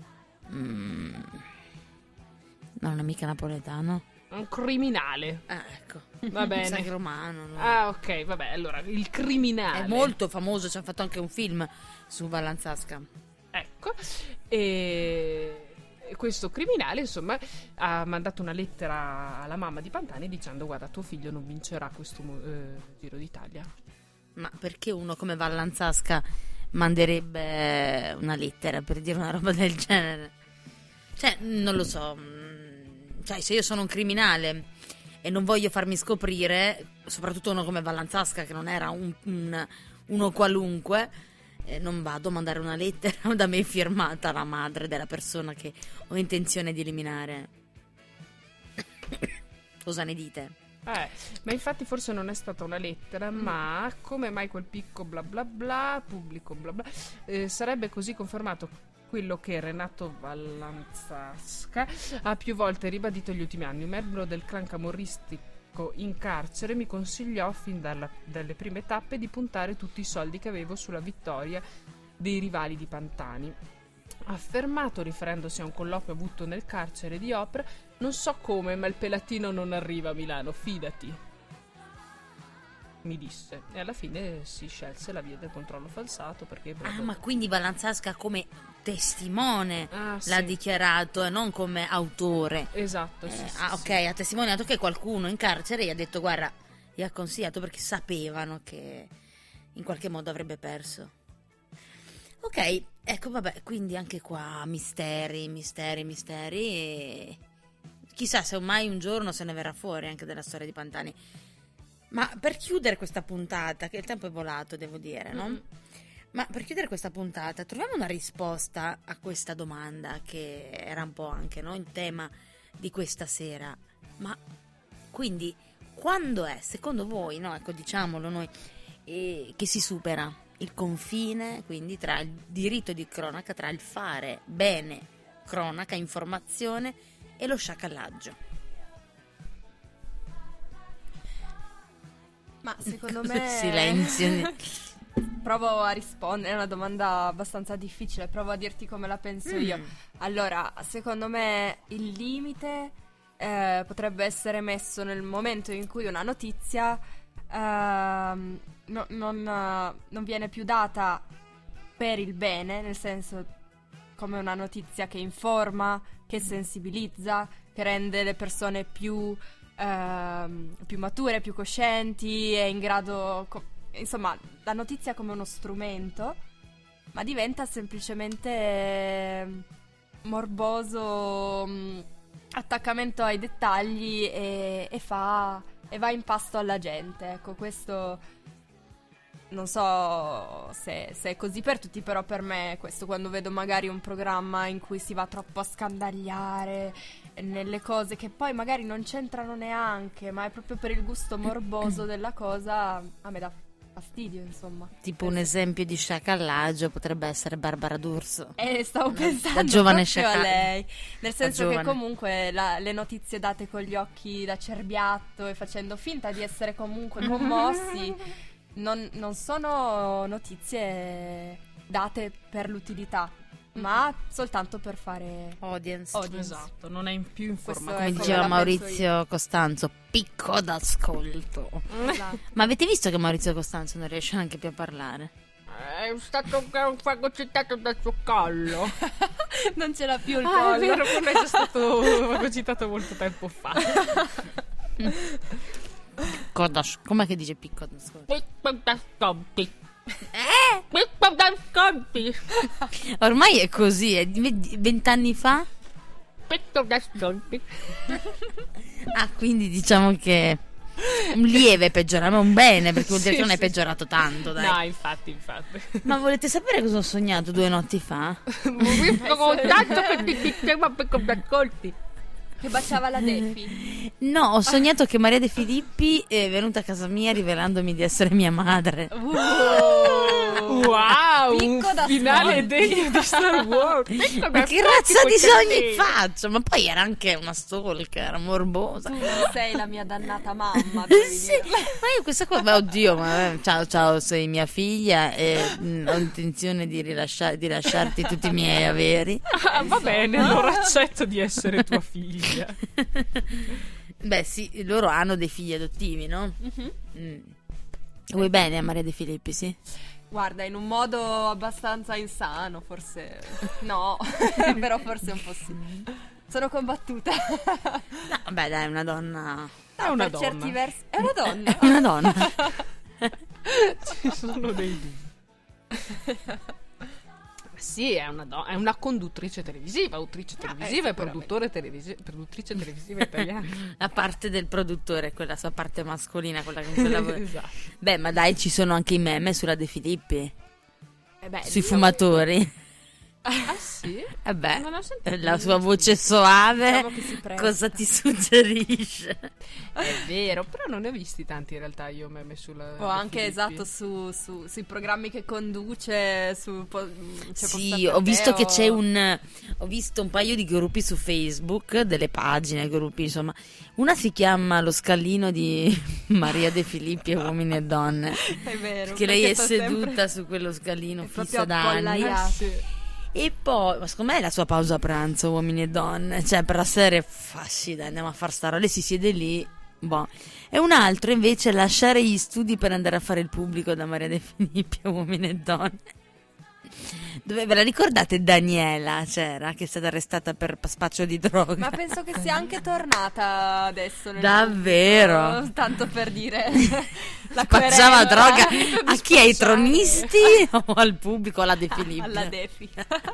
[SPEAKER 2] Non è mica napoletano.
[SPEAKER 1] un criminale.
[SPEAKER 2] Ecco.
[SPEAKER 1] Va bene.
[SPEAKER 2] Sa che è romano. No?
[SPEAKER 1] Ah, ok, vabbè, allora, il criminale.
[SPEAKER 2] È molto famoso, ci hanno fatto anche un film su Vallanzasca.
[SPEAKER 1] Ecco, e questo criminale, insomma, ha mandato una lettera alla mamma di Pantani dicendo: guarda, tuo figlio non vincerà questo Giro d'Italia.
[SPEAKER 2] Ma perché uno come Vallanzasca manderebbe una lettera per dire una roba del genere? Cioè, non lo so. Cioè, se io sono un criminale e non voglio farmi scoprire, soprattutto uno come Vallanzasca, che non era uno qualunque, non vado a mandare una lettera da me firmata alla madre della persona che ho intenzione di eliminare. Cosa ne dite?
[SPEAKER 1] Ma infatti forse non è stata una lettera, ma come mai quel picco bla bla bla, pubblico bla bla, sarebbe così confermato quello che Renato Vallanzasca ha più volte ribadito negli ultimi anni. Un membro del clan camorristico in carcere mi consigliò fin dalle prime tappe di puntare tutti i soldi che avevo sulla vittoria dei rivali di Pantani. Affermato riferendosi a un colloquio avuto nel carcere di Opera: non so come, ma il pelatino non arriva a Milano, fidati. mi disse. E alla fine si scelse la via del controllo falsato perché...
[SPEAKER 2] Ma quindi Balanzasca come testimone l'ha
[SPEAKER 1] sì.
[SPEAKER 2] dichiarato e non come autore.
[SPEAKER 1] Esatto, sì,
[SPEAKER 2] ok, ha testimoniato che qualcuno in carcere gli ha detto guarda, gli ha consigliato perché sapevano che in qualche modo avrebbe perso. Ok, ecco, vabbè, quindi anche qua misteri e chissà se mai un giorno se ne verrà fuori anche della storia di Pantani. Ma per chiudere questa puntata, che il tempo è volato, devo dire, no? Ma per chiudere questa puntata, troviamo una risposta a questa domanda che era un po' anche, no, il tema di questa sera. Ma quindi quando è, secondo voi, no, ecco, diciamolo noi, che si supera il confine, quindi tra il diritto di cronaca, tra il fare bene cronaca, informazione e lo sciacallaggio?
[SPEAKER 3] Ma secondo me...
[SPEAKER 2] Silenzio.
[SPEAKER 3] Provo a rispondere, è una domanda abbastanza difficile, provo a dirti come la penso io. Allora, secondo me il limite potrebbe essere messo nel momento in cui una notizia non viene più data per il bene, nel senso come una notizia che informa, che sensibilizza, che rende le persone più mature, più coscienti e in grado... Insomma, la notizia come uno strumento, ma diventa semplicemente morboso attaccamento ai dettagli e va in pasto alla gente. Ecco, questo non so se è così per tutti, però per me è questo. Quando vedo magari un programma in cui si va troppo a scandagliare nelle cose che poi magari non c'entrano neanche, ma è proprio per il gusto morboso della cosa, a me dà fastidio, insomma.
[SPEAKER 2] Tipo un esempio di sciacallaggio potrebbe essere Barbara D'Urso.
[SPEAKER 3] Stavo pensando
[SPEAKER 2] da giovane
[SPEAKER 3] proprio a lei, nel senso che
[SPEAKER 2] giovane.
[SPEAKER 3] Comunque le notizie date con gli occhi da cerbiatto e facendo finta di essere comunque commossi non sono notizie date per l'utilità, ma soltanto per fare
[SPEAKER 2] audience.
[SPEAKER 1] Esatto, non è più informato.
[SPEAKER 2] Come
[SPEAKER 3] Ecco,
[SPEAKER 2] diceva
[SPEAKER 3] la
[SPEAKER 2] Maurizio Costanzo, picco d'ascolto.
[SPEAKER 3] Esatto.
[SPEAKER 2] Ma avete visto che Maurizio Costanzo non riesce neanche più a parlare?
[SPEAKER 1] È stato fagocitato dal suo collo.
[SPEAKER 3] Non ce l'ha più il
[SPEAKER 1] È
[SPEAKER 3] collo.
[SPEAKER 1] vero, quello è già stato fagocitato molto tempo fa.
[SPEAKER 2] Com'è che dice picco d'ascolto?
[SPEAKER 1] Picco d'ascolti. Picco d'ascolti.
[SPEAKER 2] Ormai è così, è 20 anni fa?
[SPEAKER 1] Picco d'ascolti.
[SPEAKER 2] Quindi diciamo che un lieve peggioramento, un bene, perché vuol dire che non è peggiorato tanto, dai.
[SPEAKER 1] No, infatti.
[SPEAKER 2] Ma volete sapere cosa ho sognato 2 notti fa?
[SPEAKER 1] Ho visto con tanto che ti diceva picco d'ascolti.
[SPEAKER 3] Che baciava la Defi.
[SPEAKER 2] No, ho sognato che Maria De Filippi è venuta a casa mia rivelandomi di essere mia madre.
[SPEAKER 1] Wow,
[SPEAKER 3] Picco
[SPEAKER 1] un
[SPEAKER 3] d'ascolti.
[SPEAKER 1] finale degno di Star Wars.
[SPEAKER 2] Ma che razza di sogni faccio? Ma poi era anche una stalker, morbosa.
[SPEAKER 3] Tu sei la mia dannata mamma, devi
[SPEAKER 2] Sì,
[SPEAKER 3] dirlo.
[SPEAKER 2] ma io questa cosa, oddio, ma ciao, sei mia figlia e ho intenzione di lasciarti tutti i miei averi.
[SPEAKER 1] Va bene, allora accetto di essere tua figlia.
[SPEAKER 2] Beh sì, loro hanno dei figli adottivi, no? Vuoi bene a Maria De Filippi, sì?
[SPEAKER 3] Guarda, in un modo abbastanza insano, forse. No, però forse un po' sì. Sono combattuta.
[SPEAKER 2] No, beh dai, è una donna.
[SPEAKER 1] È una
[SPEAKER 3] Per
[SPEAKER 1] donna.
[SPEAKER 3] certi versi. È una donna.
[SPEAKER 2] È una donna.
[SPEAKER 1] Ci sono dei dubbi. Sì, è una conduttrice televisiva, autrice televisiva e produttrice televisiva italiana.
[SPEAKER 2] La parte del produttore, quella sua parte mascolina, quella con cui lavora.
[SPEAKER 1] Esatto.
[SPEAKER 2] Beh, ma dai, ci sono anche i meme sulla De Filippi,
[SPEAKER 3] Beh,
[SPEAKER 2] sui fumatori.
[SPEAKER 1] Ah sì?
[SPEAKER 2] Beh,
[SPEAKER 1] Non ho sentito.
[SPEAKER 2] la sua voce soave,
[SPEAKER 3] Diciamo che si presta.
[SPEAKER 2] cosa ti suggerisce?
[SPEAKER 1] È vero, però non ne ho visti tanti in realtà io meme sulla
[SPEAKER 3] O anche
[SPEAKER 1] Filippi.
[SPEAKER 3] esatto sui programmi che conduce,
[SPEAKER 2] Sì, ho visto che ho visto un paio di gruppi su Facebook, delle pagine, gruppi insomma. Una si chiama Lo scalino di Maria De Filippi e Uomini e Donne,
[SPEAKER 3] È vero.
[SPEAKER 2] che lei è
[SPEAKER 3] perché sta sempre-
[SPEAKER 2] seduta su quello scalino
[SPEAKER 3] è
[SPEAKER 2] fissa
[SPEAKER 3] proprio
[SPEAKER 2] da anni.
[SPEAKER 3] appollaiata.
[SPEAKER 1] Sì.
[SPEAKER 2] E poi, ma secondo me è la sua pausa pranzo, Uomini e Donne, cioè per la serie, sì, dai, andiamo a far sta roba, lei si siede lì, Boh. E un altro invece lasciare gli studi per andare a fare il pubblico da Maria De Filippi a Uomini e Donne. Dove, ve la ricordate Daniela c'era, che è stata arrestata per spaccio di droga?
[SPEAKER 3] Ma penso che sia anche tornata adesso nel
[SPEAKER 2] Davvero?
[SPEAKER 3] pubblico, tanto per dire la
[SPEAKER 2] Spacciava
[SPEAKER 3] querela.
[SPEAKER 2] droga a chi? Ai tronisti o al pubblico? Alla De Filippi?
[SPEAKER 3] Alla Defi.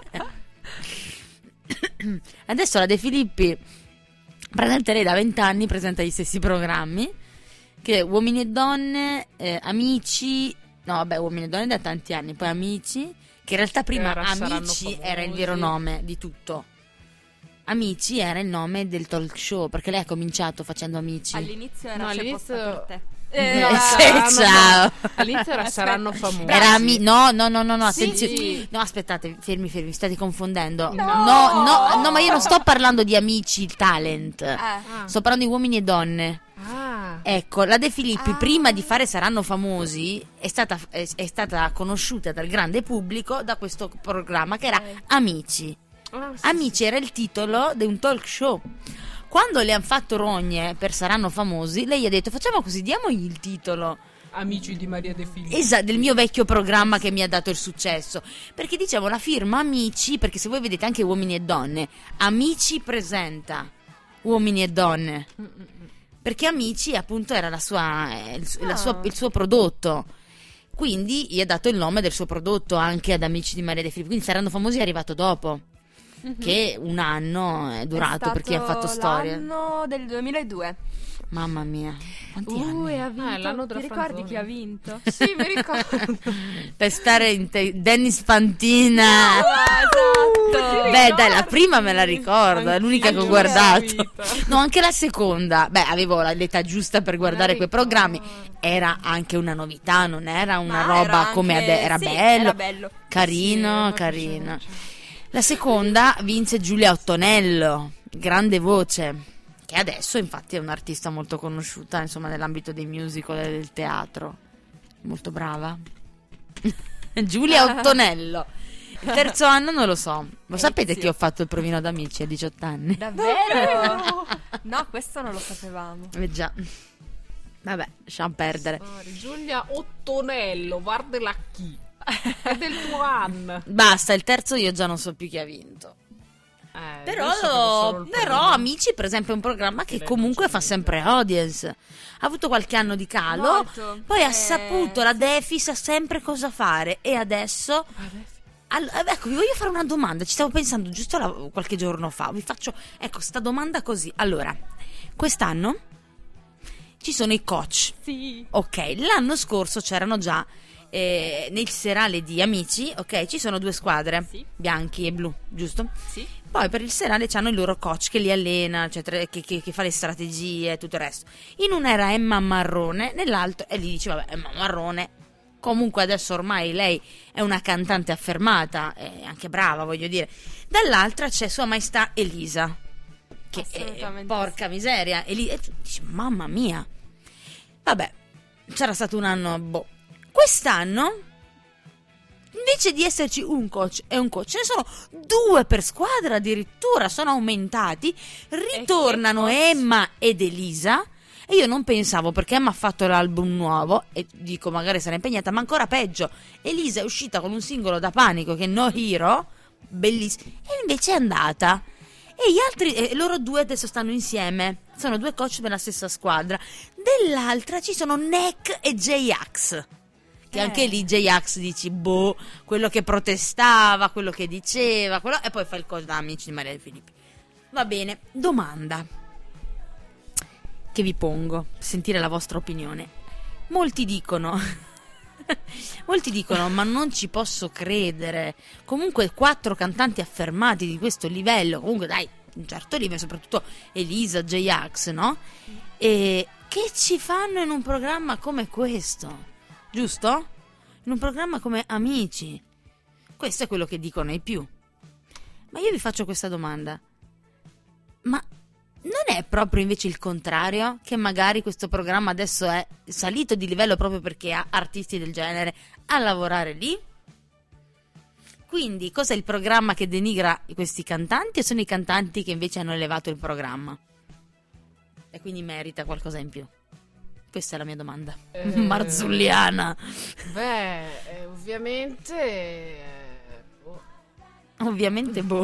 [SPEAKER 2] Adesso la De Filippi, praticamente lei da 20 anni presenta gli stessi programmi, che Uomini e Donne, Amici, no vabbè, Uomini e Donne da tanti anni, poi Amici, che in realtà prima
[SPEAKER 1] Saranno
[SPEAKER 2] Amici
[SPEAKER 1] famosi.
[SPEAKER 2] era il vero nome di tutto. Amici era il nome del talk show, perché lei ha cominciato facendo Amici.
[SPEAKER 3] All'inizio era
[SPEAKER 1] No,
[SPEAKER 3] C'è
[SPEAKER 1] all'inizio-
[SPEAKER 3] posto per te.
[SPEAKER 2] Ciao.
[SPEAKER 1] All'inizio
[SPEAKER 3] Aspetta.
[SPEAKER 1] saranno famosi.
[SPEAKER 2] Era no,
[SPEAKER 1] Sì.
[SPEAKER 2] attenzione. No, aspettate, fermi, vi state confondendo.
[SPEAKER 3] No.
[SPEAKER 2] No, ma io non sto parlando di Amici, il talent.
[SPEAKER 1] Ah.
[SPEAKER 2] Sto parlando di Uomini e Donne.
[SPEAKER 1] Ah.
[SPEAKER 2] Ecco, la De Filippi prima di fare Saranno Famosi è stata conosciuta dal grande pubblico da questo programma che era Amici.
[SPEAKER 1] Ah, sì,
[SPEAKER 2] Amici era il titolo di un talk show. Quando le hanno fatto rogne per Saranno Famosi, lei ha detto facciamo così, diamogli il titolo
[SPEAKER 1] Amici di Maria De Filippi.
[SPEAKER 2] del mio vecchio programma che mi ha dato il successo, perché diciamo la firma Amici, perché se voi vedete anche Uomini e Donne, Amici presenta Uomini e Donne, perché Amici appunto era il suo prodotto, quindi gli ha dato il nome del suo prodotto anche ad Amici di Maria De Filippi, quindi Saranno Famosi è arrivato dopo, che un anno è durato per chi ha fatto storia.
[SPEAKER 3] L'anno del 2002.
[SPEAKER 2] Mamma mia, quanti anni?
[SPEAKER 3] E ha vinto.
[SPEAKER 1] l'anno della
[SPEAKER 3] Ti ricordi
[SPEAKER 1] Franzoni.
[SPEAKER 3] chi ha vinto?
[SPEAKER 1] Sì, mi ricordo.
[SPEAKER 2] Per stare Dennis Fantina.
[SPEAKER 3] Esatto.
[SPEAKER 2] Beh, dai, la prima me la ricordo, è l'unica che ho
[SPEAKER 1] Anch'io
[SPEAKER 2] guardato.
[SPEAKER 1] nella vita.
[SPEAKER 2] No, anche la seconda. Beh, avevo l'età giusta per guardare quei programmi. Era anche una novità, non era una
[SPEAKER 3] Ma
[SPEAKER 2] roba
[SPEAKER 3] era
[SPEAKER 2] come
[SPEAKER 3] anche-
[SPEAKER 2] adesso. Era
[SPEAKER 3] sì,
[SPEAKER 2] bello,
[SPEAKER 3] era bello.
[SPEAKER 2] carino,
[SPEAKER 1] Sì,
[SPEAKER 2] carino.
[SPEAKER 1] piaceva.
[SPEAKER 2] La seconda vinse Giulia Ottonello, grande voce, che adesso infatti è un'artista molto conosciuta, insomma, nell'ambito dei musical e del teatro. Molto brava. Giulia Ottonello. Il terzo anno non lo so. Lo sapete che ho fatto il provino ad Amici a 18 anni?
[SPEAKER 3] Davvero? No, questo non lo sapevamo.
[SPEAKER 2] Già. Vabbè, lasciamo perdere.
[SPEAKER 1] Giulia Ottonello, guardala chi. È del tuo anno.
[SPEAKER 2] Basta, il terzo io già non so più chi ha vinto. Però Amici, per esempio, è un programma che comunque fa sempre audience. Ha avuto qualche anno di calo,
[SPEAKER 3] Molto.
[SPEAKER 2] poi ha saputo, la Defi sa sempre cosa fare. E adesso. Ecco, vi voglio fare una domanda. Ci stavo pensando giusto qualche giorno fa. Vi faccio, ecco, sta domanda così. Allora, quest'anno ci sono i coach.
[SPEAKER 3] Sì.
[SPEAKER 2] Ok, l'anno scorso c'erano già nel serale di Amici, ok, ci sono due squadre,
[SPEAKER 3] Sì.
[SPEAKER 2] bianchi e blu, giusto?
[SPEAKER 3] Sì.
[SPEAKER 2] Poi per il serale c'hanno il loro coach che li allena, eccetera, che fa le strategie e tutto il resto. In una era Emma Marrone, nell'altro, e gli dice, vabbè, Emma Marrone, comunque adesso ormai lei è una cantante affermata, è anche brava, voglio dire. Dall'altra c'è Sua Maestà Elisa, che
[SPEAKER 3] Assolutamente
[SPEAKER 2] porca miseria, e tu dici, mamma mia. Vabbè, c'era stato un anno, boh. Quest'anno, invece di esserci un coach e un coach, ce ne sono due per squadra addirittura, sono aumentati, ritornano
[SPEAKER 3] che coach?
[SPEAKER 2] Emma ed Elisa. E io non pensavo, perché Emma ha fatto l'album nuovo e dico magari sarà impegnata, ma ancora peggio, Elisa è uscita con un singolo da Panico che è No Hero, bellissimo, e invece è andata. E gli altri, loro due adesso stanno insieme, sono due coach della stessa squadra. Dell'altra ci sono Neck e J-Ax, che anche lì J-Ax dici, boh, quello che protestava, quello che diceva, e poi fa il coach da Amici di Maria De Filippi. Va bene, domanda che vi pongo, per sentire la vostra opinione. Molti dicono, ma non ci posso credere. Comunque 4 cantanti affermati di questo livello, comunque dai, un certo livello, soprattutto Elisa, J-Ax, no? E che ci fanno in un programma come questo? Giusto? In un programma come Amici. Questo è quello che dicono i più. Ma io vi faccio questa domanda. Ma non è proprio invece il contrario? Che magari questo programma adesso è salito di livello proprio perché ha artisti del genere a lavorare lì? Quindi cos'è il programma che denigra questi cantanti o sono i cantanti che invece hanno elevato il programma? e quindi merita qualcosa in più? Questa è la mia domanda.
[SPEAKER 1] Eh,
[SPEAKER 2] Marzulliana.
[SPEAKER 1] Ovviamente...
[SPEAKER 2] Ovviamente, boh.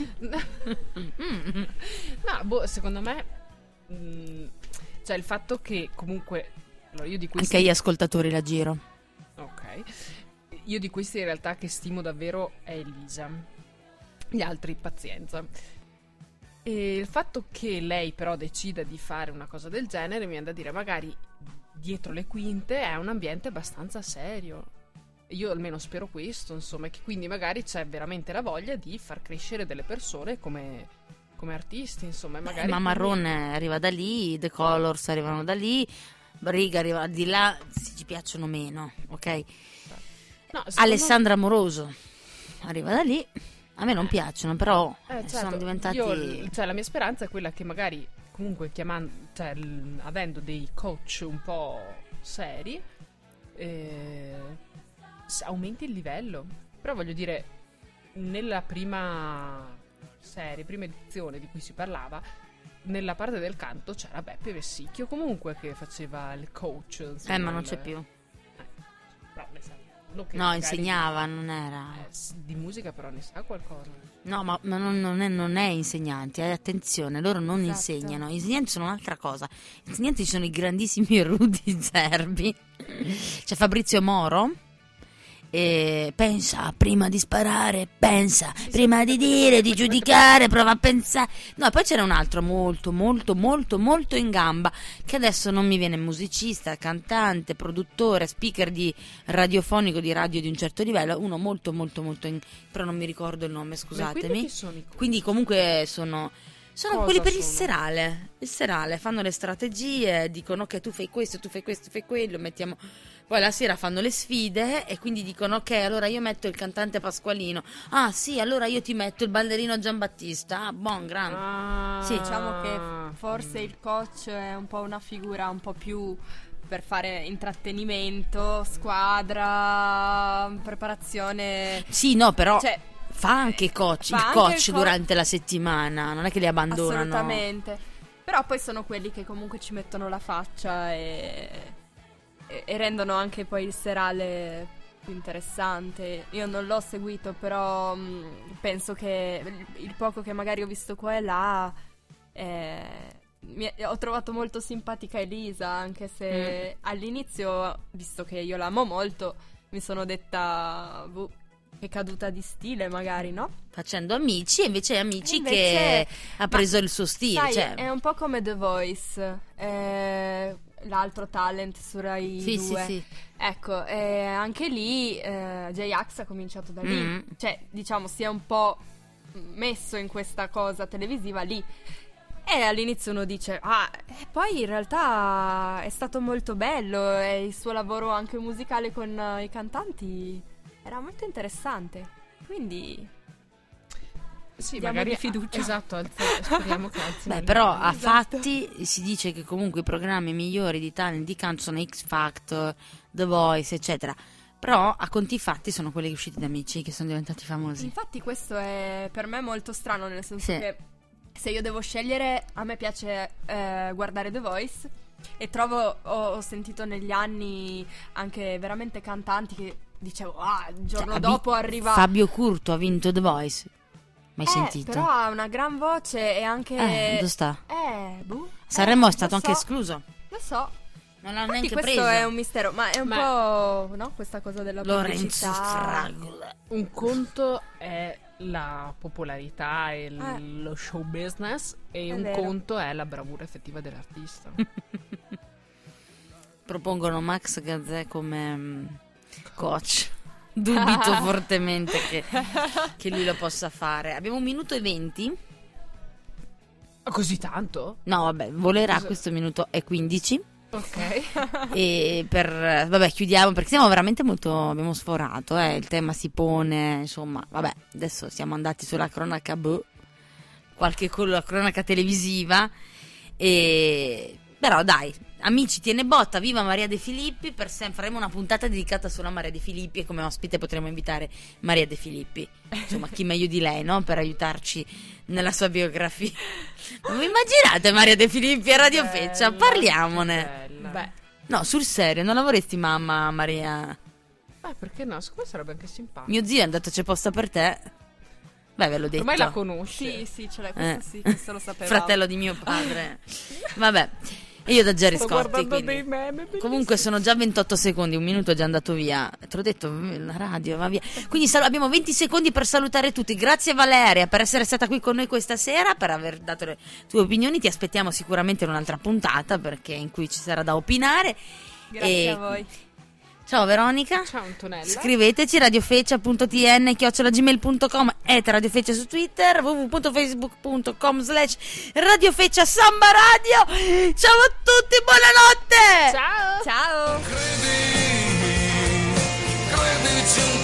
[SPEAKER 1] No, secondo me... cioè il fatto che comunque... Allora, io di questi...
[SPEAKER 2] Anche agli ascoltatori la giro.
[SPEAKER 1] Ok. Io di questi in realtà che stimo davvero è Elisa. Gli altri, pazienza. E il fatto che lei però decida di fare una cosa del genere mi viene da dire, magari dietro le quinte è un ambiente abbastanza serio. Io almeno spero questo, insomma, che quindi magari c'è veramente la voglia di far crescere delle persone come artisti, insomma, e magari
[SPEAKER 2] Ma Marrone arriva da lì, The Colors arrivano da lì, Briga arriva di là, si ci piacciono meno, ok?
[SPEAKER 1] No, secondo-
[SPEAKER 2] Alessandra Amoroso arriva da lì, a me non piacciono, però
[SPEAKER 1] certo,
[SPEAKER 2] sono diventati...
[SPEAKER 1] cioè, la mia speranza è quella che magari comunque avendo dei coach un po' seri aumenti il livello. Però voglio dire, nella prima edizione di cui si parlava, nella parte del canto c'era Beppe Vessicchio comunque che faceva il coach, insomma,
[SPEAKER 2] ma non c'è più.
[SPEAKER 1] però ne sa- uno che
[SPEAKER 2] No,
[SPEAKER 1] magari-
[SPEAKER 2] insegnava, non era...
[SPEAKER 1] di musica però ne sa qualcosa.
[SPEAKER 2] No, ma non è insegnanti, attenzione, loro non
[SPEAKER 3] Esatto.
[SPEAKER 2] insegnano, gli insegnanti sono un'altra cosa. Gli insegnanti sono i grandissimi Rudy Zerbi. C'è Fabrizio Moro. E pensa prima di sparare, pensa prima di dire, di giudicare, prova a pensare. No, poi c'era un altro molto molto molto molto in gamba, che adesso non mi viene, musicista, cantante, produttore, speaker di radiofonico di radio di un certo livello, uno molto molto molto però non mi ricordo il nome,
[SPEAKER 1] Ma
[SPEAKER 2] scusatemi.
[SPEAKER 1] quindi chi sono i coach?
[SPEAKER 2] Quindi comunque sono
[SPEAKER 1] Cosa
[SPEAKER 2] quelli per il
[SPEAKER 1] sono?
[SPEAKER 2] serale. Il serale fanno le strategie, dicono ok, tu fai questo, tu fai questo, tu fai quello, mettiamo. Poi la sera fanno le sfide e quindi dicono ok, allora io metto il cantante Pasqualino. Ah sì, allora io ti metto il ballerino Giambattista. Ah, buon, grande. Sì,
[SPEAKER 3] Diciamo che forse il coach è un po' una figura un po' più per fare intrattenimento, squadra, preparazione.
[SPEAKER 2] Sì, no, però
[SPEAKER 3] Cioè,
[SPEAKER 2] fa anche coach,
[SPEAKER 3] fa
[SPEAKER 2] il
[SPEAKER 3] anche
[SPEAKER 2] coach
[SPEAKER 3] il
[SPEAKER 2] durante la settimana, non è che li abbandonano.
[SPEAKER 3] assolutamente. Però poi sono quelli che comunque ci mettono la faccia e rendono anche poi il serale più interessante. Io non l'ho seguito, però penso che il poco che magari ho visto qua e là ho trovato molto simpatica Elisa, anche se all'inizio, visto che io l'amo molto, mi sono detta che caduta di stile magari, no?
[SPEAKER 2] Facendo amici, e invece amici
[SPEAKER 3] E invece-
[SPEAKER 2] che ha preso
[SPEAKER 3] ma
[SPEAKER 2] il suo stile.
[SPEAKER 3] Sai,
[SPEAKER 2] Cioè,
[SPEAKER 3] è un po' come The Voice, l'altro talent su Rai
[SPEAKER 2] sì,
[SPEAKER 3] 2.
[SPEAKER 2] sì.
[SPEAKER 3] Ecco, anche lì J-Ax ha cominciato da lì.
[SPEAKER 2] Mm.
[SPEAKER 3] Cioè, diciamo, si è un po' messo in questa cosa televisiva lì. E all'inizio uno dice, e poi in realtà è stato molto bello e il suo lavoro anche musicale con i cantanti era molto interessante. Quindi
[SPEAKER 1] Sì,
[SPEAKER 3] diamogli
[SPEAKER 1] magari
[SPEAKER 3] fiducia.
[SPEAKER 1] Esatto, speriamo che alzino
[SPEAKER 2] Beh,
[SPEAKER 1] il
[SPEAKER 2] però
[SPEAKER 1] livello.
[SPEAKER 2] a fatti si dice che comunque i programmi migliori di talent di canto sono X Factor, The Voice, eccetera. Però a conti fatti sono quelli usciti da amici che sono diventati famosi.
[SPEAKER 3] Infatti questo è per me molto strano, nel senso
[SPEAKER 2] Sì.
[SPEAKER 3] che se io devo scegliere, a me piace guardare The Voice e ho sentito negli anni anche veramente cantanti che dicevo, il giorno
[SPEAKER 2] Cioè,
[SPEAKER 3] dopo arriva...
[SPEAKER 2] Fabio Curto ha vinto The Voice. Mai sentito?
[SPEAKER 3] Però ha una gran voce e anche...
[SPEAKER 2] Dove sta?
[SPEAKER 3] Sanremo
[SPEAKER 2] Sanremo è stato anche escluso.
[SPEAKER 3] Lo so.
[SPEAKER 2] Non l'ha
[SPEAKER 3] Infatti
[SPEAKER 2] neanche
[SPEAKER 3] questo
[SPEAKER 2] preso.
[SPEAKER 3] è un mistero, ma è un po', no? Questa cosa della
[SPEAKER 2] Lorenzo
[SPEAKER 3] pubblicità.
[SPEAKER 2] Fragola.
[SPEAKER 1] Un conto è la popolarità e lo show business e
[SPEAKER 3] È
[SPEAKER 1] un
[SPEAKER 3] vero.
[SPEAKER 1] conto è la bravura effettiva dell'artista.
[SPEAKER 2] Propongono Max Gazzè come coach. Dubito fortemente che lui lo possa fare. Abbiamo 1 minuto e 20.
[SPEAKER 1] Così tanto?
[SPEAKER 2] No, vabbè, volerà
[SPEAKER 1] Cosa-
[SPEAKER 2] questo minuto e 15.
[SPEAKER 1] Ok.
[SPEAKER 2] E vabbè, chiudiamo perché siamo veramente molto, abbiamo sforato, il tema si pone, insomma, vabbè, adesso siamo andati sulla cronaca, qualche con la cronaca televisiva e Però dai, amici, tiene botta, viva Maria De Filippi, per sempre faremo una puntata dedicata solo a Maria De Filippi e come ospite potremo invitare Maria De Filippi. Insomma, chi meglio di lei, no? Per aiutarci nella sua biografia. Ma vi immaginate Maria De Filippi a Radio Feccia? Parliamone.
[SPEAKER 1] Beh,
[SPEAKER 2] No, sul serio, non la vorresti mamma Maria?
[SPEAKER 1] perché no? Secondo me sarebbe anche simpatico.
[SPEAKER 2] Mio zio è andato c'è posta per te. Beh, ve l'ho detto.
[SPEAKER 1] Ormai la conosci.
[SPEAKER 3] Sì, ce l'hai, questo sì, questo lo sapevamo.
[SPEAKER 2] Fratello di mio padre. Vabbè. E io da Gerry
[SPEAKER 1] Sto
[SPEAKER 2] Scotti,
[SPEAKER 1] guardando
[SPEAKER 2] quindi.
[SPEAKER 1] dei meme. bellissimi.
[SPEAKER 2] Comunque sono già 28 secondi, un minuto è già andato via. Te l'ho detto, la radio va via. Quindi abbiamo 20 secondi per salutare tutti. Grazie Valeria per essere stata qui con noi questa sera, per aver dato le tue opinioni. Ti aspettiamo sicuramente in un'altra puntata perché in cui ci sarà da opinare.
[SPEAKER 3] Grazie a voi.
[SPEAKER 2] Ciao Veronica.
[SPEAKER 1] Ciao Antonella.
[SPEAKER 2] Scriveteci radiofeccia.tn@gmail.com e radiofeccia su Twitter, www.facebook.com/radiofeccia Samba Radio. Ciao a tutti, buonanotte.
[SPEAKER 1] Ciao.
[SPEAKER 3] Ciao.
[SPEAKER 5] Credici